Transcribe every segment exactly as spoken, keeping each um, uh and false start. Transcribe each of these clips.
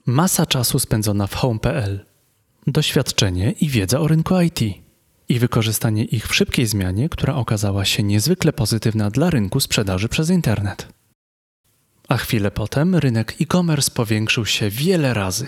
Masa czasu spędzona w home kropka p l. Doświadczenie i wiedza o rynku I T. I wykorzystanie ich w szybkiej zmianie, która okazała się niezwykle pozytywna dla rynku sprzedaży przez internet. A chwilę potem rynek e-commerce powiększył się wiele razy.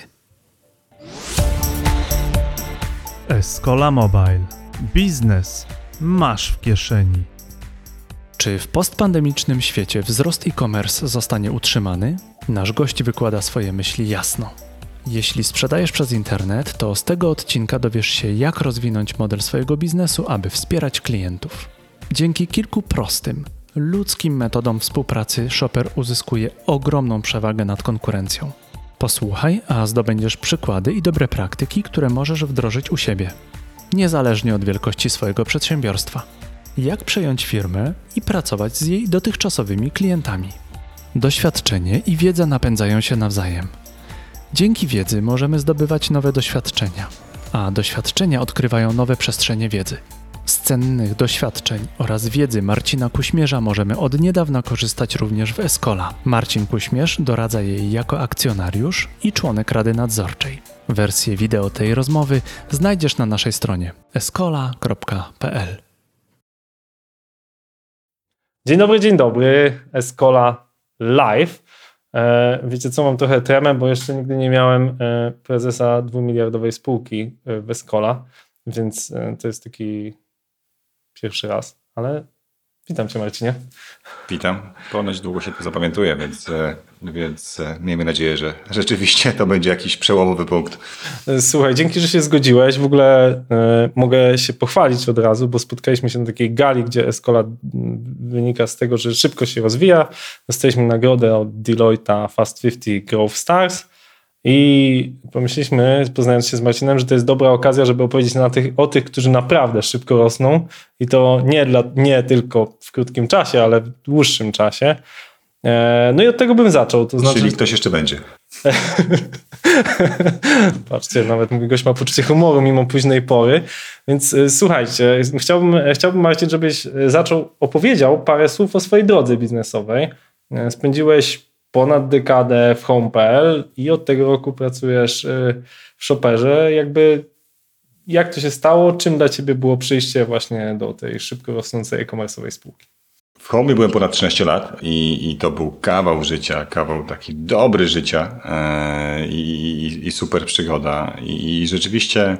Escola Mobile. Biznes masz w kieszeni. Czy w postpandemicznym świecie wzrost e-commerce zostanie utrzymany? Nasz gość wykłada swoje myśli jasno. Jeśli sprzedajesz przez internet, to z tego odcinka dowiesz się, jak rozwinąć model swojego biznesu, aby wspierać klientów. Dzięki kilku prostym, ludzkim metodom współpracy Shopper uzyskuje ogromną przewagę nad konkurencją. Posłuchaj, a zdobędziesz przykłady i dobre praktyki, które możesz wdrożyć u siebie, niezależnie od wielkości swojego przedsiębiorstwa. Jak przejąć firmę i pracować z jej dotychczasowymi klientami. Doświadczenie i wiedza napędzają się nawzajem. Dzięki wiedzy możemy zdobywać nowe doświadczenia, a doświadczenia odkrywają nowe przestrzenie wiedzy. Z cennych doświadczeń oraz wiedzy Marcina Kuśmierza możemy od niedawna korzystać również w Escola. Marcin Kuśmierz doradza jej jako akcjonariusz i członek Rady Nadzorczej. Wersję wideo tej rozmowy znajdziesz na naszej stronie escola kropka p l. Dzień dobry, dzień dobry. Escola Live. E, wiecie co, mam trochę tremę, bo jeszcze nigdy nie miałem e, prezesa dwumiliardowej spółki e, w Escola, więc e, to jest taki pierwszy raz, ale witam cię, Marcinie. Witam. Ponoć długo się to zapamiętuje, więc, więc miejmy nadzieję, że rzeczywiście to będzie jakiś przełomowy punkt. Słuchaj, dzięki, że się zgodziłeś. W ogóle e, mogę się pochwalić od razu, bo spotkaliśmy się na takiej gali, gdzie Escola wynika z tego, że szybko się rozwija. Dostaliśmy nagrodę od Deloitte'a Fast pięćdziesiąt Growth Stars i pomyśleliśmy, poznając się z Marcinem, że to jest dobra okazja, żeby opowiedzieć na tych, o tych, którzy naprawdę szybko rosną i to nie, dla, nie tylko w krótkim czasie, ale w dłuższym czasie. E, no i od tego bym zaczął. To znaczy... Czyli ktoś jeszcze będzie. Patrzcie, nawet mój gość ma poczucie humoru mimo późnej pory. Więc y, słuchajcie, chciałbym, chciałbym Marcin, żebyś zaczął, opowiedział parę słów o swojej drodze biznesowej. E, spędziłeś ponad dekadę w home kropka p l i od tego roku pracujesz y, w Shopperze. Jakby jak to się stało? Czym dla ciebie było przyjście właśnie do tej szybko rosnącej e-commerce'owej spółki? W Home byłem ponad trzynaście lat i, i to był kawał życia, kawał taki dobry życia e, i, i super przygoda. I, i rzeczywiście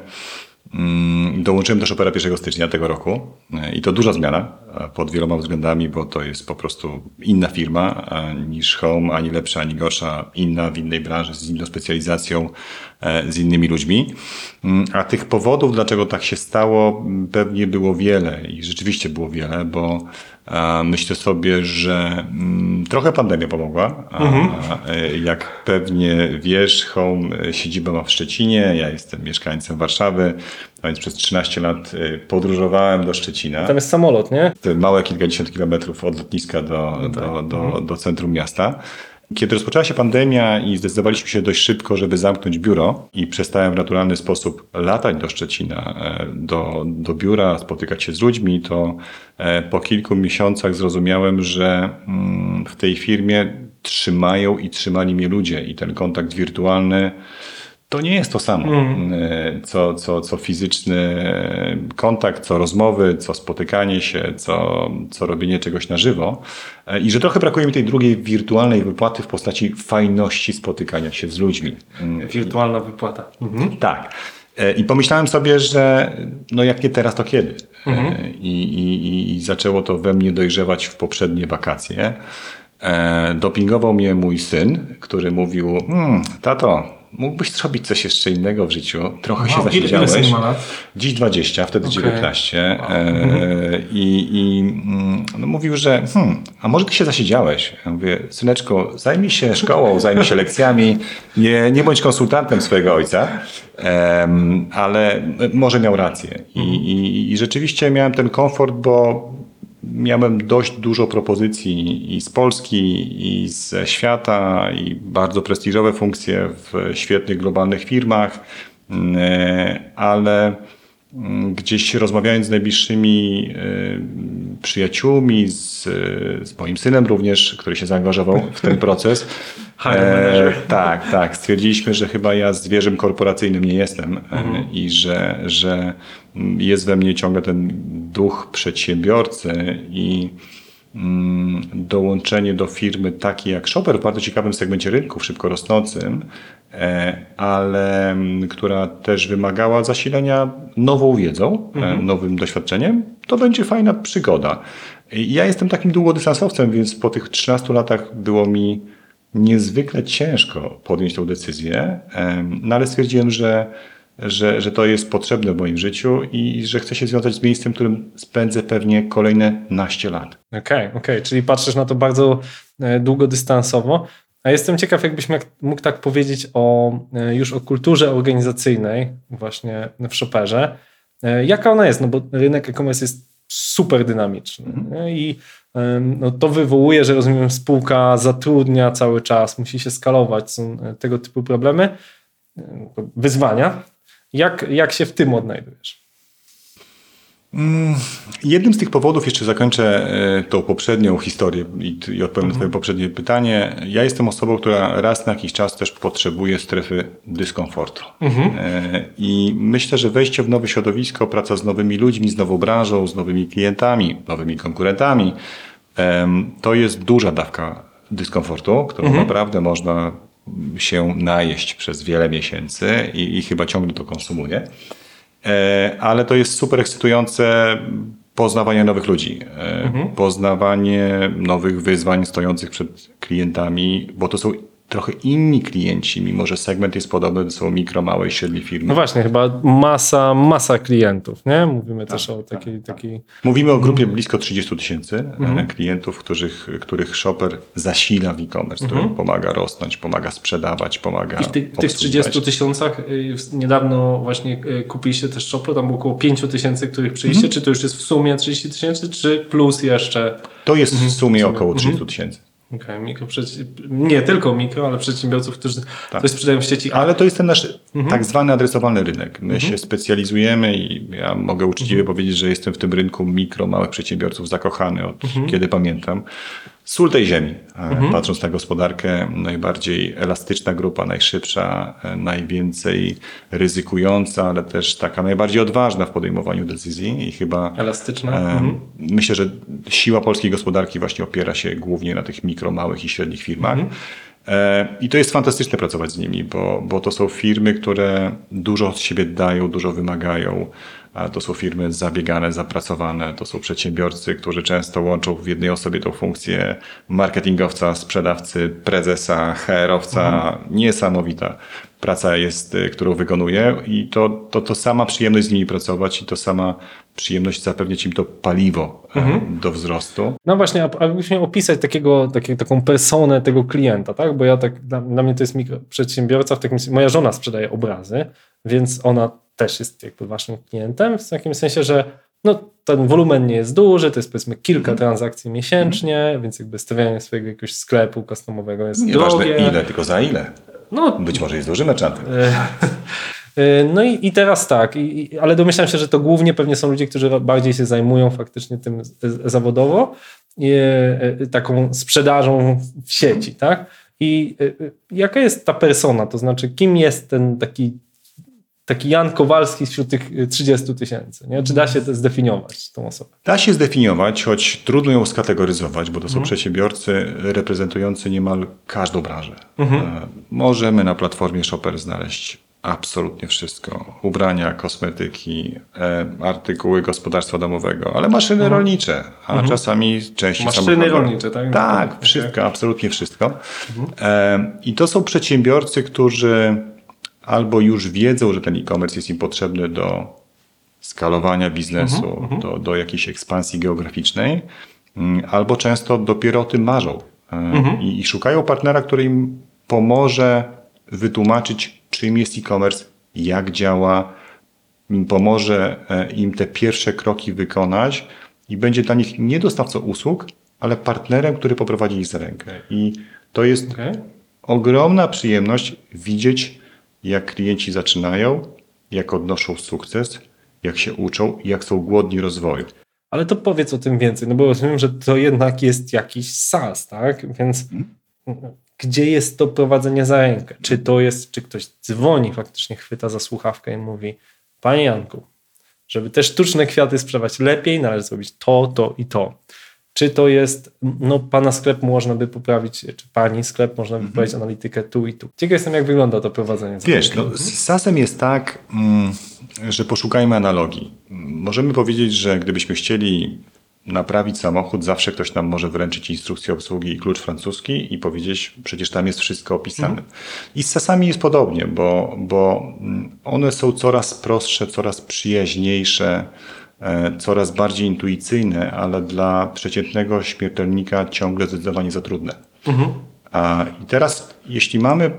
mm, dołączyłem do Shoppera pierwszego stycznia tego roku e, i to duża zmiana pod wieloma względami, bo to jest po prostu inna firma e, niż Home, ani lepsza, ani gorsza, inna w innej branży, z inną specjalizacją, e, z innymi ludźmi. A tych powodów, dlaczego tak się stało, pewnie było wiele i rzeczywiście było wiele, bo myślę sobie, że trochę pandemia pomogła. Mhm. Jak pewnie wiesz, Home siedzibę ma w Szczecinie, ja jestem mieszkańcem Warszawy, a więc przez trzynaście lat podróżowałem do Szczecina. Tam jest samolot, nie? To małe kilkadziesiąt kilometrów od lotniska do, no tak. do, do, mhm. do centrum miasta. Kiedy rozpoczęła się pandemia i zdecydowaliśmy się dość szybko, żeby zamknąć biuro i przestałem w naturalny sposób latać do Szczecina, do, do biura, spotykać się z ludźmi, to po kilku miesiącach zrozumiałem, że w tej firmie trzymają i trzymali mnie ludzie i ten kontakt wirtualny to nie jest to samo, mm. co, co, co fizyczny kontakt, co rozmowy, co spotykanie się, co, co robienie czegoś na żywo. I że trochę brakuje mi tej drugiej wirtualnej wypłaty w postaci fajności spotykania się z ludźmi. Wirtualna wypłata. Mhm. Tak. I pomyślałem sobie, że no jak nie teraz, to kiedy? Mhm. I, i, I zaczęło to we mnie dojrzewać w poprzednie wakacje. Dopingował mnie mój syn, który mówił, hmm, tato, mógłbyś zrobić coś jeszcze innego w życiu. Trochę wow, się zasiedziałeś. Ile ma lat? Dziś dwadzieścia, wtedy okay. dziewiętnaście. Wow. E, I i no, mówił, że hmm, a może ty się zasiedziałeś? Ja mówię, syneczku, zajmij się szkołą, zajmij się lekcjami. Nie, nie bądź konsultantem swojego ojca. E, ale może miał rację. I, i, I rzeczywiście miałem ten komfort, bo miałem dość dużo propozycji i z Polski, i ze świata, i bardzo prestiżowe funkcje w świetnych globalnych firmach, ale gdzieś rozmawiając z najbliższymi przyjaciółmi, z, z moim synem również, który się zaangażował w ten proces. E, tak, tak. Stwierdziliśmy, że chyba ja zwierzem korporacyjnym nie jestem mhm. i że, że jest we mnie ciągle ten duch przedsiębiorcy i mm, dołączenie do firmy takiej jak Shopper w bardzo ciekawym segmencie rynku, szybko rosnącym, e, ale m, która też wymagała zasilenia nową wiedzą, mhm. e, nowym doświadczeniem, to będzie fajna przygoda. I ja jestem takim długodystansowcem, więc po tych trzynastu latach było mi niezwykle ciężko podjąć tę decyzję, no ale stwierdziłem, że, że, że to jest potrzebne w moim życiu i że chcę się związać z miejscem, w którym spędzę pewnie kolejne naście lat. Okej, okay, okej, okay. Czyli patrzysz na to bardzo długodystansowo. A jestem ciekaw, jakbyś mógł tak powiedzieć o, już o kulturze organizacyjnej właśnie w Shopperze. Jaka ona jest? No bo rynek e-commerce jest super dynamiczny mm. i no, to wywołuje, że rozumiem, spółka zatrudnia cały czas, musi się skalować, są tego typu problemy, wyzwania. Jak, jak się w tym odnajdujesz? Jednym z tych powodów, jeszcze zakończę tą poprzednią historię i, i odpowiem na twoje poprzednie pytanie. Ja jestem osobą, która raz na jakiś czas też potrzebuje strefy dyskomfortu. Mhm. I myślę, że wejście w nowe środowisko, praca z nowymi ludźmi, z nową branżą, z nowymi klientami, nowymi konkurentami, to jest duża dawka dyskomfortu, którą mhm. naprawdę można się najeść przez wiele miesięcy i, i chyba ciągle to konsumuje. Ale to jest super ekscytujące poznawanie nowych ludzi, mhm. poznawanie nowych wyzwań stojących przed klientami, bo to są trochę inni klienci, mimo że segment jest podobny, to są mikro, małe i średnie firmy. No właśnie, chyba masa, masa klientów, nie? Mówimy tak, też o takiej... Tak, takiej... Mówimy o grupie blisko trzydziestu tysięcy mhm. klientów, których, których Shopper zasila w e-commerce, mhm. który pomaga rosnąć, pomaga sprzedawać, pomaga I w tych, tych trzydziestu tysiącach niedawno właśnie kupiliście też Shopper, tam było około pięciu tysięcy, których przyjście, mhm. czy to już jest w sumie trzydzieści tysięcy, czy plus jeszcze? To jest w sumie mhm. około trzydziestu tysięcy. Okej, okay, nie tylko mikro, ale przedsiębiorców, którzy tak. coś sprzedają w sieci. Ale to jest ten nasz mhm. tak zwany adresowalny rynek. My mhm. się specjalizujemy i ja mogę uczciwie mhm. powiedzieć, że jestem w tym rynku mikro, małych przedsiębiorców zakochany od mhm. kiedy pamiętam. Sól tej ziemi, mhm. patrząc na gospodarkę, najbardziej elastyczna grupa, najszybsza, najwięcej ryzykująca, ale też taka najbardziej odważna w podejmowaniu decyzji i chyba elastyczna. E, mhm. myślę, że siła polskiej gospodarki właśnie opiera się głównie na tych mikro, małych i średnich firmach. Mhm. E, I to jest fantastyczne pracować z nimi, bo, bo to są firmy, które dużo od siebie dają, dużo wymagają. A to są firmy zabiegane, zapracowane, to są przedsiębiorcy, którzy często łączą w jednej osobie tą funkcję marketingowca, sprzedawcy, prezesa, H R-owca. Mhm. Niesamowita praca jest, którą wykonuję i to, to, to sama przyjemność z nimi pracować i to sama przyjemność zapewniać im to paliwo mhm. do wzrostu. No właśnie, a, a byśmy opisać takiego, takie, taką personę tego klienta, tak? Bo ja tak, dla, dla mnie to jest mikroprzedsiębiorca, w takim, moja żona sprzedaje obrazy, więc ona też jest jakby waszym klientem, w takim sensie, że no, ten wolumen nie jest duży, to jest powiedzmy kilka mm. transakcji miesięcznie, mm. więc jakby stawianie swojego jakiegoś sklepu customowego jest Nieważne drogie. ile, tylko za ile. No, być może jest duży merchantem. No i, i teraz tak, i, ale domyślam się, że to głównie pewnie są ludzie, którzy bardziej się zajmują faktycznie tym zawodowo, i, taką sprzedażą w sieci, tak? I jaka jest ta persona, to znaczy kim jest ten taki taki Jan Kowalski wśród tych trzydziestu tysięcy. Czy da się to zdefiniować, tą osobę? Da się zdefiniować, choć trudno ją skategoryzować, bo to są mhm. przedsiębiorcy reprezentujący niemal każdą branżę. Mhm. Możemy na platformie Shopper znaleźć absolutnie wszystko. Ubrania, kosmetyki, e, artykuły gospodarstwa domowego, ale maszyny mhm. rolnicze, a mhm. czasami części maszyny samochodowe. rolnicze, tak? Tak, okay. wszystko, absolutnie wszystko. Mhm. E, I to są przedsiębiorcy, którzy albo już wiedzą, że ten e-commerce jest im potrzebny do skalowania biznesu, uh-huh, do, do jakiejś ekspansji geograficznej, albo często dopiero o tym marzą uh-huh. I, i szukają partnera, który im pomoże wytłumaczyć, czym jest e-commerce, jak działa, im pomoże im te pierwsze kroki wykonać i będzie dla nich nie dostawcą usług, ale partnerem, który poprowadzi ich za rękę. I to jest okay. ogromna przyjemność widzieć, jak klienci zaczynają, jak odnoszą sukces, jak się uczą i jak są głodni rozwoju. Ale to powiedz o tym więcej, no bo rozumiem, że to jednak jest jakiś SaaS, tak? Więc gdzie jest to prowadzenie za rękę? Czy to jest, czy ktoś dzwoni, faktycznie chwyta za słuchawkę i mówi: Panie Janku, żeby te sztuczne kwiaty sprzedawać lepiej, należy zrobić to, to i to. Czy to jest, no pana sklep można by poprawić, czy pani sklep można by mm-hmm. poprawić analitykę tu i tu. Ciekaw jestem, jak wygląda to prowadzenie. Wiesz, no, z SaaS-em jest tak, mm, że poszukajmy analogii. Możemy powiedzieć, że gdybyśmy chcieli naprawić samochód, zawsze ktoś nam może wręczyć instrukcję obsługi i klucz francuski i powiedzieć, przecież tam jest wszystko opisane. Mm. I z SaaS-ami jest podobnie, bo, bo one są coraz prostsze, coraz przyjaźniejsze, coraz bardziej intuicyjne, ale dla przeciętnego śmiertelnika ciągle zdecydowanie za trudne. Mhm. A, I teraz, jeśli mamy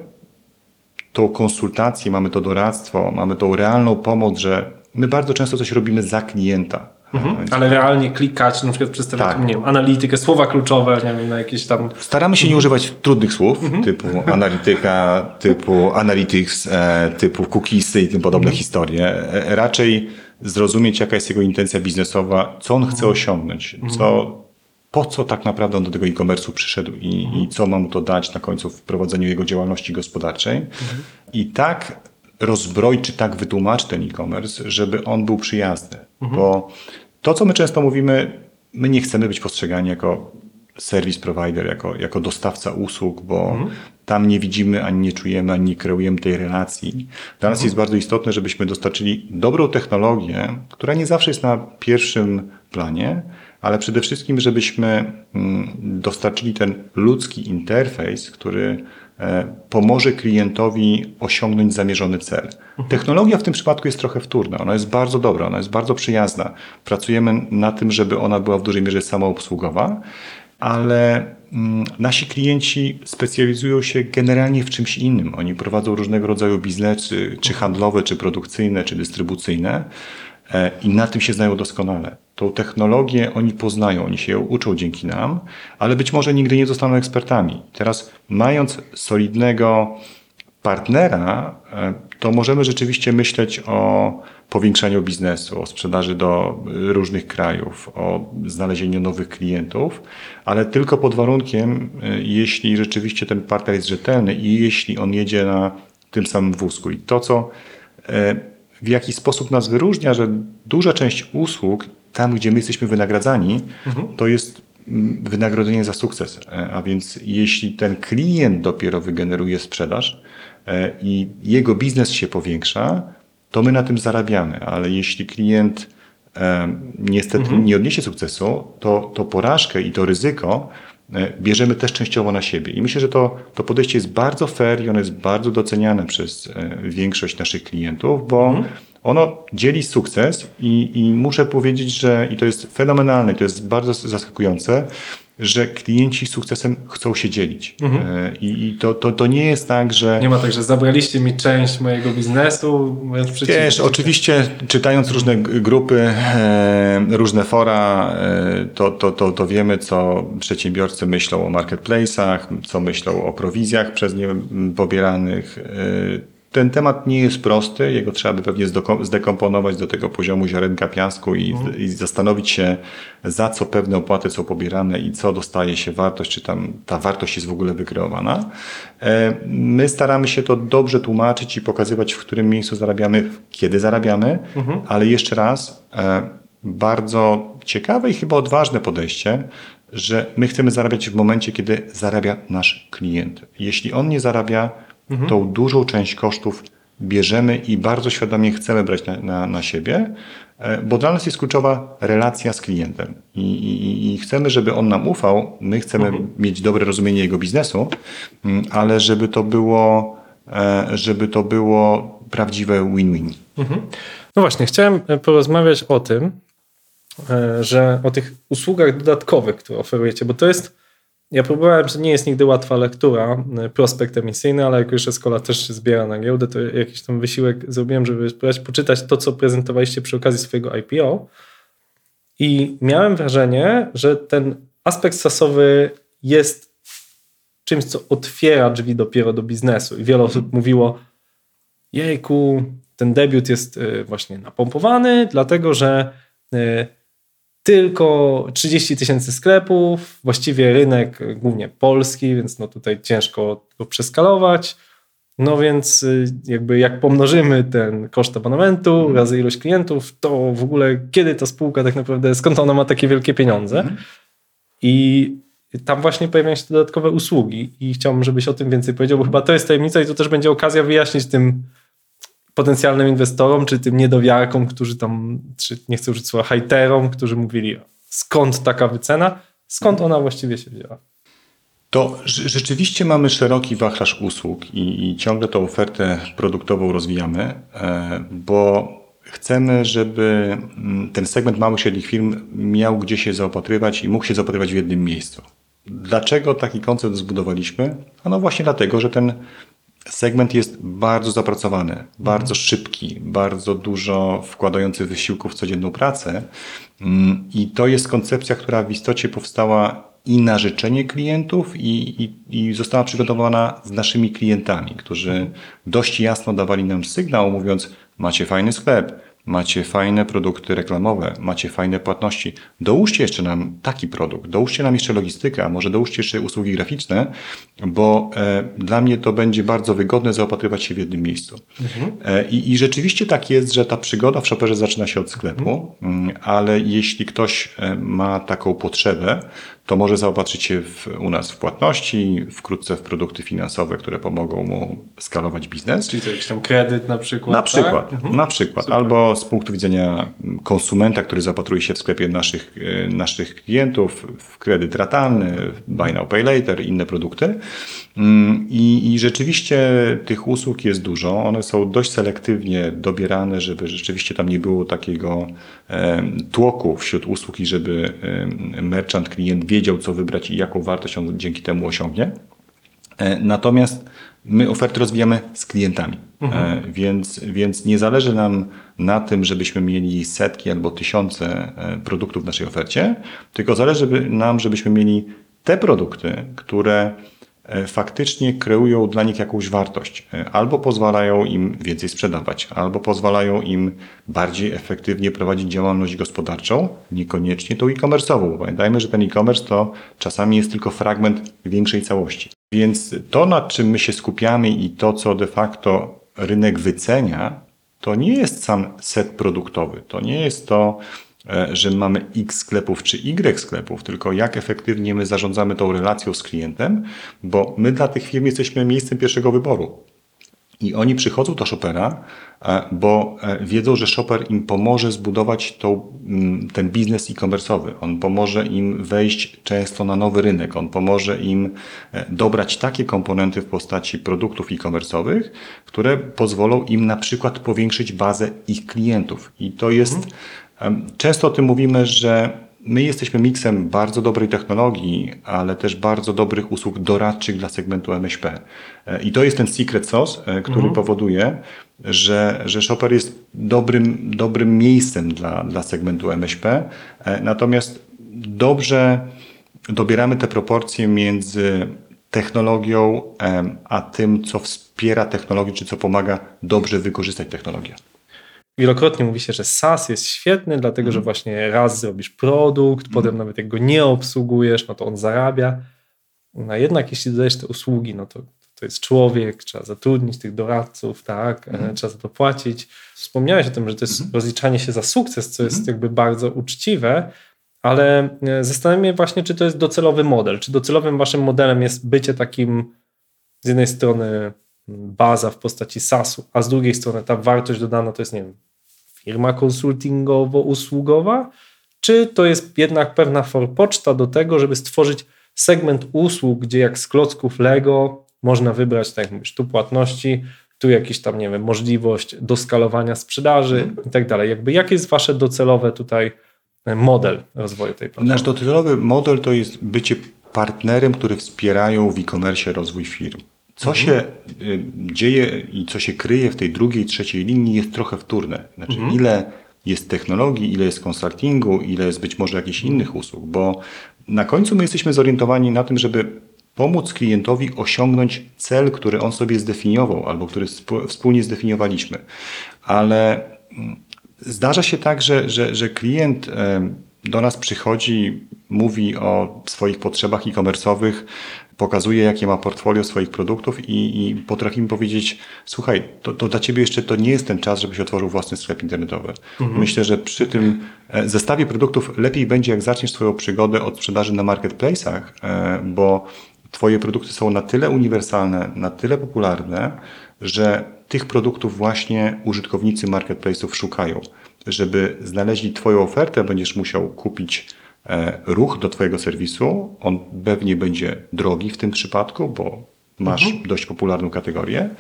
tą konsultację, mamy to doradztwo, mamy tą realną pomoc, że my bardzo często coś robimy za klienta. Mhm. Ale realnie klikać, na przykład przedstawiać tak. nie wiem, analitykę, słowa kluczowe, nie wiem, na jakieś tam... Staramy się nie używać trudnych słów, mhm. typu analityka, typu analytics, e, typu cookiesy i tym podobne mhm. historie. E, raczej zrozumieć, jaka jest jego intencja biznesowa, co on chce osiągnąć, co, po co tak naprawdę on do tego e-commerce'u przyszedł i, mhm. i co ma mu to dać na końcu w prowadzeniu jego działalności gospodarczej. Mhm. I tak rozbroić, czy tak wytłumaczyć ten e-commerce, żeby on był przyjazny. Mhm. Bo to, co my często mówimy, my nie chcemy być postrzegani jako service provider, jako, jako dostawca usług, bo mhm. tam nie widzimy, ani nie czujemy, ani nie kreujemy tej relacji. Dla nas mhm. jest bardzo istotne, żebyśmy dostarczyli dobrą technologię, która nie zawsze jest na pierwszym planie, ale przede wszystkim, żebyśmy dostarczyli ten ludzki interfejs, który pomoże klientowi osiągnąć zamierzony cel. Mhm. Technologia w tym przypadku jest trochę wtórna. Ona jest bardzo dobra, ona jest bardzo przyjazna. Pracujemy na tym, żeby ona była w dużej mierze samoobsługowa, ale mm, nasi klienci specjalizują się generalnie w czymś innym. Oni prowadzą różnego rodzaju biznesy, czy handlowe, czy produkcyjne, czy dystrybucyjne e, i na tym się znają doskonale. Tą technologię oni poznają, oni się ją uczą dzięki nam, ale być może nigdy nie zostaną ekspertami. Teraz, mając solidnego partnera, e, to możemy rzeczywiście myśleć o powiększaniu biznesu, o sprzedaży do różnych krajów, o znalezieniu nowych klientów, ale tylko pod warunkiem, jeśli rzeczywiście ten partner jest rzetelny i jeśli on jedzie na tym samym wózku. I to, co w jakiś sposób nas wyróżnia, że duża część usług, tam gdzie my jesteśmy wynagradzani, mhm. to jest wynagrodzenie za sukces. A więc jeśli ten klient dopiero wygeneruje sprzedaż i jego biznes się powiększa, to my na tym zarabiamy, ale jeśli klient e, niestety mhm. nie odniesie sukcesu, to, to porażkę i to ryzyko e, bierzemy też częściowo na siebie. I myślę, że to, to podejście jest bardzo fair i ono jest bardzo doceniane przez e, większość naszych klientów, bo mhm. ono dzieli sukces i, i muszę powiedzieć, że i to jest fenomenalne, to jest bardzo zaskakujące, że klienci z sukcesem chcą się dzielić. Mhm. I, i to, to, to nie jest tak, że... Nie ma tak, że zabraliście mi część mojego biznesu. Wiesz, oczywiście czytając różne grupy, e, różne fora, e, to, to, to, to wiemy, co przedsiębiorcy myślą o marketplace'ach, co myślą o prowizjach przez nie pobieranych. E, Ten temat nie jest prosty, jego trzeba by pewnie zdekomponować do tego poziomu ziarenka piasku i, mhm. i zastanowić się, za co pewne opłaty są pobierane i co dostaje się wartość, czy tam ta wartość jest w ogóle wykreowana. My staramy się to dobrze tłumaczyć i pokazywać, w którym miejscu zarabiamy, kiedy zarabiamy, mhm. ale jeszcze raz, bardzo ciekawe i chyba odważne podejście, że my chcemy zarabiać w momencie, kiedy zarabia nasz klient. Jeśli on nie zarabia, Mhm. tą dużą część kosztów bierzemy i bardzo świadomie chcemy brać na, na, na siebie, bo dla nas jest kluczowa relacja z klientem i, i, i chcemy, żeby on nam ufał, my chcemy mhm. mieć dobre rozumienie jego biznesu, ale żeby to było, żeby to było prawdziwe win-win. Mhm. No właśnie, chciałem porozmawiać o tym, że o tych usługach dodatkowych, które oferujecie, bo to jest Ja próbowałem, że nie jest nigdy łatwa lektura, prospekt emisyjny, ale jak już Escola też się zbiera na giełdę, to jakiś tam wysiłek zrobiłem, żeby spróbować poczytać to, co prezentowaliście przy okazji swojego I P O. I miałem wrażenie, że ten aspekt sasowy jest czymś, co otwiera drzwi dopiero do biznesu. I wiele osób mówiło, jejku, ten debiut jest właśnie napompowany, dlatego że tylko trzydzieści tysięcy sklepów, właściwie rynek głównie polski, więc no tutaj ciężko go przeskalować. No więc jakby jak pomnożymy ten koszt abonamentu mm. razy ilość klientów, to w ogóle kiedy ta spółka tak naprawdę, skąd ona ma takie wielkie pieniądze? Mm. I tam właśnie pojawiają się dodatkowe usługi i chciałbym, żebyś o tym więcej powiedział, bo chyba to jest tajemnica i to też będzie okazja wyjaśnić tym potencjalnym inwestorom, czy tym niedowiarkom, którzy tam, czy nie chcę użyć słowa hejterom, którzy mówili, skąd taka wycena, skąd ona właściwie się wzięła. To rzeczywiście mamy szeroki wachlarz usług i, i ciągle tą ofertę produktową rozwijamy, bo chcemy, żeby ten segment małych i średnich firm miał gdzie się zaopatrywać i mógł się zaopatrywać w jednym miejscu. Dlaczego taki koncept zbudowaliśmy? No właśnie dlatego, że ten segment jest bardzo zapracowany, bardzo szybki, bardzo dużo wkładający wysiłku w codzienną pracę i to jest koncepcja, która w istocie powstała i na życzenie klientów i, i, i została przygotowana z naszymi klientami, którzy dość jasno dawali nam sygnał, mówiąc: macie fajny sklep, macie fajne produkty reklamowe, macie fajne płatności, dołóżcie jeszcze nam taki produkt, dołóżcie nam jeszcze logistykę, a może dołóżcie jeszcze usługi graficzne, bo e, dla mnie to będzie bardzo wygodne zaopatrywać się w jednym miejscu. Mhm. E, i, I rzeczywiście tak jest, że ta przygoda w Shopperze zaczyna się od sklepu, mhm. ale jeśli ktoś ma taką potrzebę, to może zaopatrzyć się w, u nas w płatności, wkrótce w produkty finansowe, które pomogą mu skalować biznes. Czyli to jakiś tam kredyt na przykład? Na przykład, tak? na przykład. Super. Albo z punktu widzenia konsumenta, który zapatruje się w sklepie naszych, naszych klientów, w kredyt ratalny, buy now, pay later, inne produkty. I, I rzeczywiście tych usług jest dużo. One są dość selektywnie dobierane, żeby rzeczywiście tam nie było takiego e, tłoku wśród usług i żeby e, merchant, klient wiedział, co wybrać i jaką wartość on dzięki temu osiągnie. E, natomiast my oferty rozwijamy z klientami, mhm. e, więc, więc nie zależy nam na tym, żebyśmy mieli setki albo tysiące produktów w naszej ofercie, tylko zależy nam, żebyśmy mieli te produkty, które faktycznie kreują dla nich jakąś wartość. Albo pozwalają im więcej sprzedawać, albo pozwalają im bardziej efektywnie prowadzić działalność gospodarczą, niekoniecznie tą e-commerce'ową. Pamiętajmy, że ten e-commerce to czasami jest tylko fragment większej całości. Więc to, nad czym my się skupiamy i to, co de facto rynek wycenia, to nie jest sam set produktowy. To nie jest to, że mamy X sklepów czy Y sklepów, tylko jak efektywnie my zarządzamy tą relacją z klientem, bo my dla tych firm jesteśmy miejscem pierwszego wyboru. I oni przychodzą do Shoppera, bo wiedzą, że Shopper im pomoże zbudować tą, ten biznes e-commerce'owy. On pomoże im wejść często na nowy rynek. On pomoże im dobrać takie komponenty w postaci produktów e-commerce'owych, które pozwolą im na przykład powiększyć bazę ich klientów. I to jest... Często o tym mówimy, że my jesteśmy miksem bardzo dobrej technologii, ale też bardzo dobrych usług doradczych dla segmentu M S P. I to jest ten secret sauce, który mhm. powoduje, że, że Shopper jest dobrym, dobrym miejscem dla, dla segmentu M S P. Natomiast dobrze dobieramy te proporcje między technologią, a tym, co wspiera technologię, czy co pomaga dobrze wykorzystać technologię. Wielokrotnie mówi się, że SaaS jest świetny, dlatego mm. że właśnie raz zrobisz produkt, mm. potem nawet jak go nie obsługujesz, no to on zarabia. No jednak jeśli dodajesz te usługi, no to, to jest człowiek, trzeba zatrudnić tych doradców, tak, mm. trzeba za to płacić. Wspomniałeś o tym, że to jest mm. rozliczanie się za sukces, co jest mm. jakby bardzo uczciwe, ale zastanawiam się właśnie, czy to jest docelowy model. Czy docelowym waszym modelem jest bycie takim z jednej strony baza w postaci SaaS-u, a z drugiej strony ta wartość dodana to jest, nie wiem, firma konsultingowo-usługowa, czy to jest jednak pewna forpoczta do tego, żeby stworzyć segment usług, gdzie jak z klocków Lego można wybrać, tak jak mówisz, tu płatności, tu jakiś tam, nie wiem, możliwość doskalowania sprzedaży mm. i tak dalej. Jakby jaki jest wasze docelowe tutaj model rozwoju tej platformy? Nasz docelowy model to jest bycie partnerem, który wspierają w e-commerce rozwój firm. Co mhm. się y, dzieje i co się kryje w tej drugiej, trzeciej linii jest trochę wtórne. Znaczy mhm. ile jest technologii, ile jest konsultingu, ile jest być może jakichś innych usług, bo na końcu my jesteśmy zorientowani na tym, żeby pomóc klientowi osiągnąć cel, który on sobie zdefiniował albo który wspólnie zdefiniowaliśmy. Ale zdarza się tak, że, że, że klient do nas przychodzi, mówi o swoich potrzebach e-commerce'owych, pokazuje, jakie ma portfolio swoich produktów i, i potrafimy powiedzieć, słuchaj, to, to dla ciebie jeszcze to nie jest ten czas, żebyś otworzył własny sklep internetowy. Mhm. Myślę, że przy tym zestawie produktów lepiej będzie, jak zaczniesz swoją przygodę od sprzedaży na marketplace'ach, bo twoje produkty są na tyle uniwersalne, na tyle popularne, że tych produktów właśnie użytkownicy marketplace'ów szukają. Żeby znaleźli twoją ofertę, będziesz musiał kupić ruch do twojego serwisu. On pewnie będzie drogi w tym przypadku, bo masz mhm. dość popularną kategorię.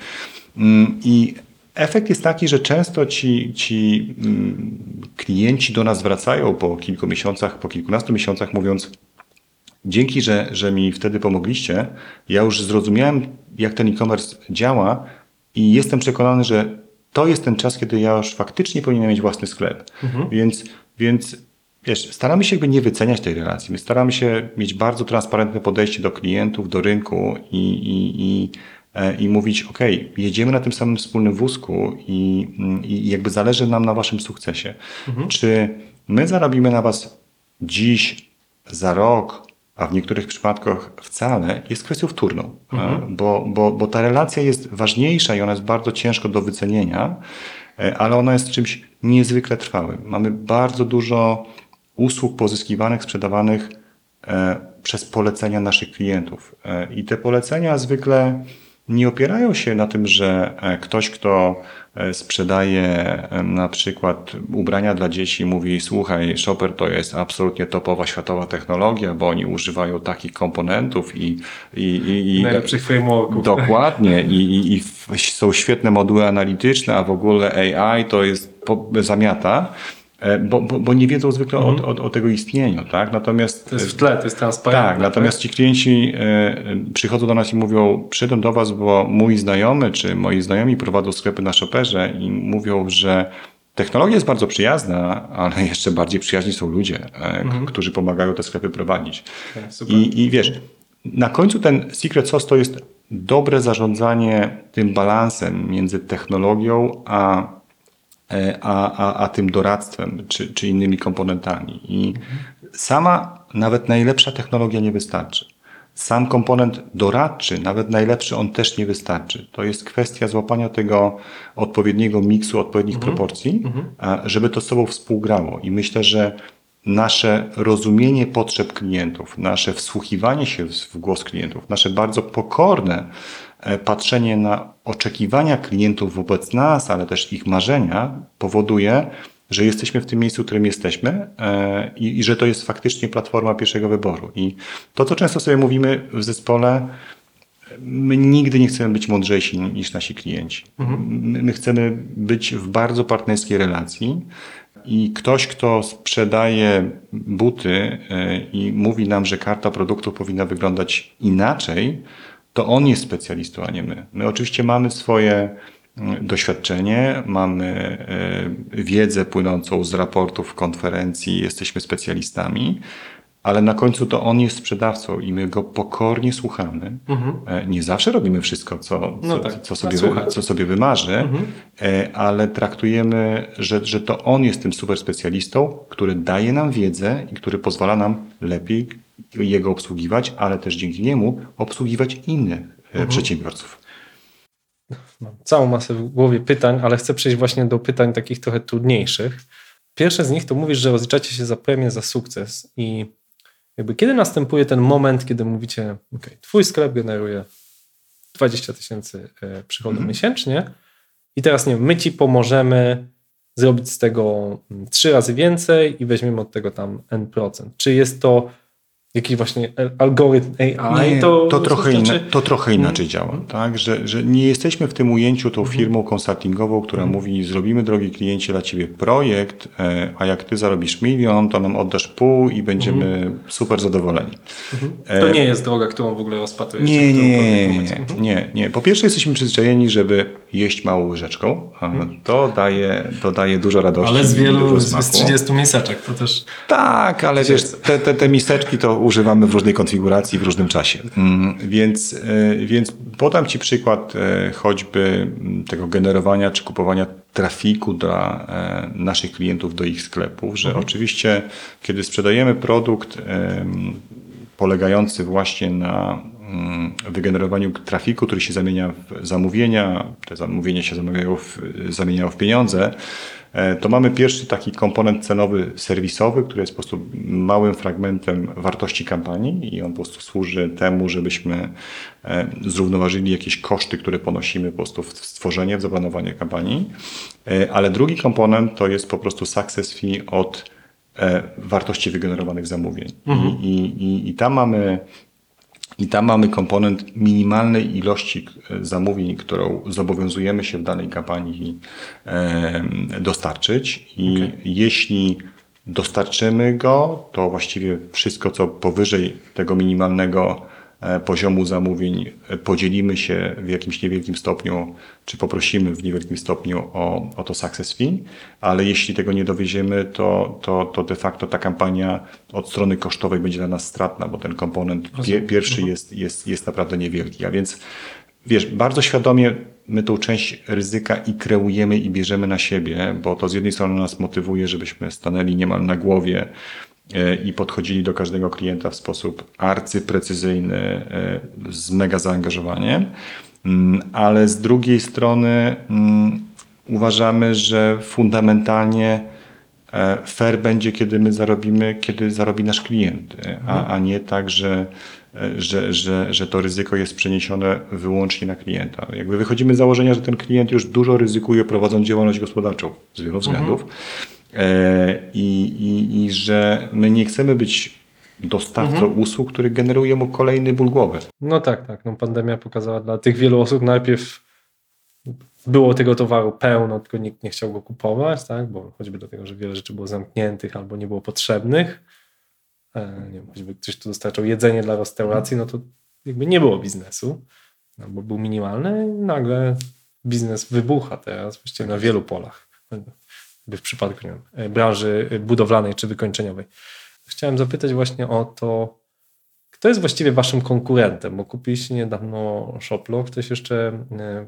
I efekt jest taki, że często ci, ci klienci do nas wracają po kilku miesiącach, po kilkunastu miesiącach, mówiąc: dzięki, że, że mi wtedy pomogliście. Ja już zrozumiałem, jak ten e-commerce działa i jestem przekonany, że to jest ten czas, kiedy ja już faktycznie powinienem mieć własny sklep. Mhm. Więc, więc wiesz, staramy się jakby nie wyceniać tej relacji. My staramy się mieć bardzo transparentne podejście do klientów, do rynku i, i, i, i mówić: ok, jedziemy na tym samym wspólnym wózku i, i jakby zależy nam na waszym sukcesie. Mhm. Czy my zarobimy na was dziś, za rok, a w niektórych przypadkach wcale, jest kwestią wtórną, mhm. bo, bo, bo ta relacja jest ważniejsza i ona jest bardzo ciężko do wycenienia, ale ona jest czymś niezwykle trwałym. Mamy bardzo dużo usług pozyskiwanych, sprzedawanych e, przez polecenia naszych klientów. E, I te polecenia zwykle nie opierają się na tym, że ktoś, kto sprzedaje na przykład ubrania dla dzieci, mówi: słuchaj, Shopper to jest absolutnie topowa światowa technologia, bo oni używają takich komponentów i... i, i, i najlepszych frameworków. Dokładnie. I, i, i są świetne moduły analityczne, a w ogóle A I to jest po, zamiata. Bo, bo, bo nie wiedzą zwykle mm. o, o, o tego istnieniu, tak? Natomiast to jest w tle, to jest transparentne. Tak, natomiast ci klienci y, przychodzą do nas i mówią: przyjdę do was, bo mój znajomy czy moi znajomi prowadzą sklepy na Shopperze i mówią, że technologia jest bardzo przyjazna, ale jeszcze bardziej przyjaźni są ludzie, y, mm. którzy pomagają te sklepy prowadzić. Okay, I, I wiesz, na końcu ten secret sauce to jest dobre zarządzanie tym balansem między technologią a A, a, a tym doradztwem, czy, czy innymi komponentami. I mhm. sama, nawet najlepsza technologia nie wystarczy. Sam komponent doradczy, nawet najlepszy, on też nie wystarczy. To jest kwestia złapania tego odpowiedniego miksu, odpowiednich mhm. proporcji, mhm. żeby to z sobą współgrało. I myślę, że nasze rozumienie potrzeb klientów, nasze wsłuchiwanie się w głos klientów, nasze bardzo pokorne patrzenie na oczekiwania klientów wobec nas, ale też ich marzenia, powoduje, że jesteśmy w tym miejscu, w którym jesteśmy i, i że to jest faktycznie platforma pierwszego wyboru. I to, co często sobie mówimy w zespole: my nigdy nie chcemy być mądrzejsi niż nasi klienci. Mhm. My, my chcemy być w bardzo partnerskiej relacji i ktoś, kto sprzedaje buty i mówi nam, że karta produktów powinna wyglądać inaczej, to on jest specjalistą, a nie my. My oczywiście mamy swoje doświadczenie, mamy wiedzę płynącą z raportów, konferencji, jesteśmy specjalistami, ale na końcu to on jest sprzedawcą i my go pokornie słuchamy. Mhm. Nie zawsze robimy wszystko, co, co, no tak, co, sobie, wy, co sobie wymarzy, mhm. ale traktujemy, że, że to on jest tym super specjalistą, który daje nam wiedzę i który pozwala nam lepiej jego obsługiwać, ale też dzięki niemu obsługiwać innych mhm. przedsiębiorców. Mam całą masę w głowie pytań, ale chcę przejść właśnie do pytań takich trochę trudniejszych. Pierwsze z nich to mówisz, że rozliczacie się za premię, za sukces i jakby kiedy następuje ten moment, kiedy mówicie: ok, twój sklep generuje dwadzieścia tysięcy przychodów mm. miesięcznie i teraz nie wiem, my ci pomożemy zrobić z tego trzy razy więcej i weźmiemy od tego tam N procent. Czy jest to jakiś właśnie algorytm A I? Nie, to, to, trochę inna, to trochę inaczej działa. Hmm. Tak? Że, że nie jesteśmy w tym ujęciu tą firmą konsultingową, która hmm. mówi: zrobimy, drogi kliencie, dla ciebie projekt, a jak ty zarobisz milion, to nam oddasz pół i będziemy hmm. super zadowoleni. Hmm. To nie jest droga, którą w ogóle rozpatrujesz? Nie, nie, nie, nie, nie. Po pierwsze, jesteśmy przyzwyczajeni, żeby jeść małą łyżeczką. Hmm. To, daje, to daje dużo radości. Ale z wielu, z trzydziestu miseczek to też... Tak, ale wiesz, te, te, te miseczki to używamy w różnej konfiguracji, w różnym czasie. Więc, więc podam Ci przykład choćby tego generowania czy kupowania trafiku dla naszych klientów do ich sklepów, że mhm. oczywiście kiedy sprzedajemy produkt polegający właśnie na wygenerowaniu trafiku, który się zamienia w zamówienia, te zamówienia się zamieniają w, zamieniają w pieniądze, to mamy pierwszy taki komponent cenowy serwisowy, który jest po prostu małym fragmentem wartości kampanii i on po prostu służy temu, żebyśmy zrównoważyli jakieś koszty, które ponosimy po prostu w stworzenie, w zaplanowanie kampanii. Ale drugi komponent to jest po prostu success fee od wartości wygenerowanych zamówień. Mhm. I, i, i tam mamy I tam mamy komponent minimalnej ilości zamówień, którą zobowiązujemy się w danej kampanii dostarczyć. I okay. jeśli dostarczymy go, to właściwie wszystko, co powyżej tego minimalnego poziomu zamówień, podzielimy się w jakimś niewielkim stopniu, czy poprosimy w niewielkim stopniu o, o to success fee, ale jeśli tego nie dowieziemy, to, to, to de facto ta kampania od strony kosztowej będzie dla nas stratna, bo ten komponent pie, pierwszy jest, jest, jest naprawdę niewielki. A więc wiesz, bardzo świadomie my tą część ryzyka i kreujemy i bierzemy na siebie, bo to z jednej strony nas motywuje, żebyśmy stanęli niemal na głowie i podchodzili do każdego klienta w sposób arcyprecyzyjny, z mega zaangażowaniem, ale z drugiej strony uważamy, że fundamentalnie fair będzie, kiedy my zarobimy, kiedy zarobi nasz klient, a, a nie tak, że, że, że, że to ryzyko jest przeniesione wyłącznie na klienta. Jakby wychodzimy z założenia, że ten klient już dużo ryzykuje, prowadząc działalność gospodarczą z wielu względów. Mhm. I, i, i że my nie chcemy być dostawcą mhm. usług, który generuje mu kolejny ból głowy. No tak, tak. No, pandemia pokazała dla tych wielu osób, najpierw było tego towaru pełno, tylko nikt nie chciał go kupować, tak? Bo choćby dlatego, że wiele rzeczy było zamkniętych albo nie było potrzebnych. E, nie wiem, choćby ktoś tu dostarczał jedzenie dla restauracji, no to jakby nie było biznesu, no, bo był minimalny i nagle biznes wybucha teraz właściwie na wielu polach. W przypadku nie wiem, branży budowlanej czy wykończeniowej. Chciałem zapytać właśnie o to, kto jest właściwie waszym konkurentem, bo kupiliście niedawno Shoplo. Ktoś jeszcze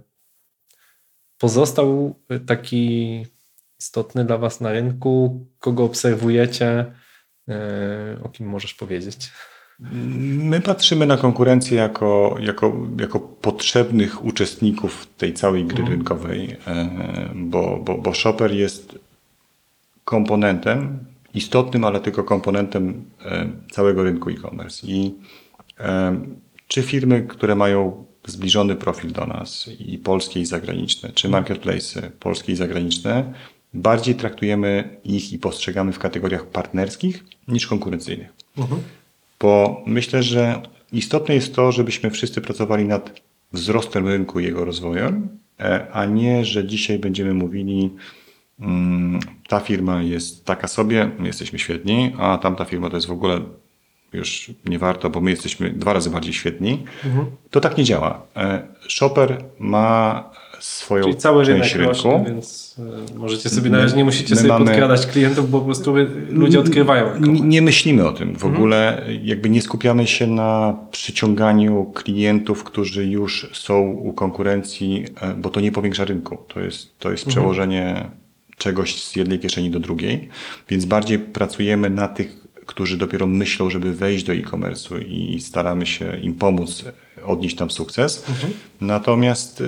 pozostał taki istotny dla was na rynku, kogo obserwujecie, o kim możesz powiedzieć? My patrzymy na konkurencję jako, jako, jako potrzebnych uczestników tej całej gry mhm. rynkowej, bo, bo, bo Shopper jest komponentem, istotnym, ale tylko komponentem całego rynku e-commerce. I czy firmy, które mają zbliżony profil do nas, i polskie i zagraniczne, czy marketplace polskie i zagraniczne, bardziej traktujemy ich i postrzegamy w kategoriach partnerskich niż konkurencyjnych. Mhm. Bo myślę, że istotne jest to, żebyśmy wszyscy pracowali nad wzrostem rynku i jego rozwojem, a nie, że dzisiaj będziemy mówili, ta firma jest taka sobie, my jesteśmy świetni, a tamta firma to jest w ogóle już nie warto, bo my jesteśmy dwa razy bardziej świetni. Mhm. To tak nie działa. Shopper ma swoją Czyli cały część rynek rynku. Rośnie, więc możecie sobie na razie nie musicie sobie mamy, podkradać klientów, bo po prostu ludzie odkrywają. Nie, nie myślimy o tym. W mhm. ogóle jakby nie skupiamy się na przyciąganiu klientów, którzy już są u konkurencji, bo to nie powiększa rynku. To jest, to jest mhm. przełożenie czegoś z jednej kieszeni do drugiej, więc bardziej pracujemy na tych, którzy dopiero myślą, żeby wejść do e-commerce'u i staramy się im pomóc odnieść tam sukces. Mhm. Natomiast y,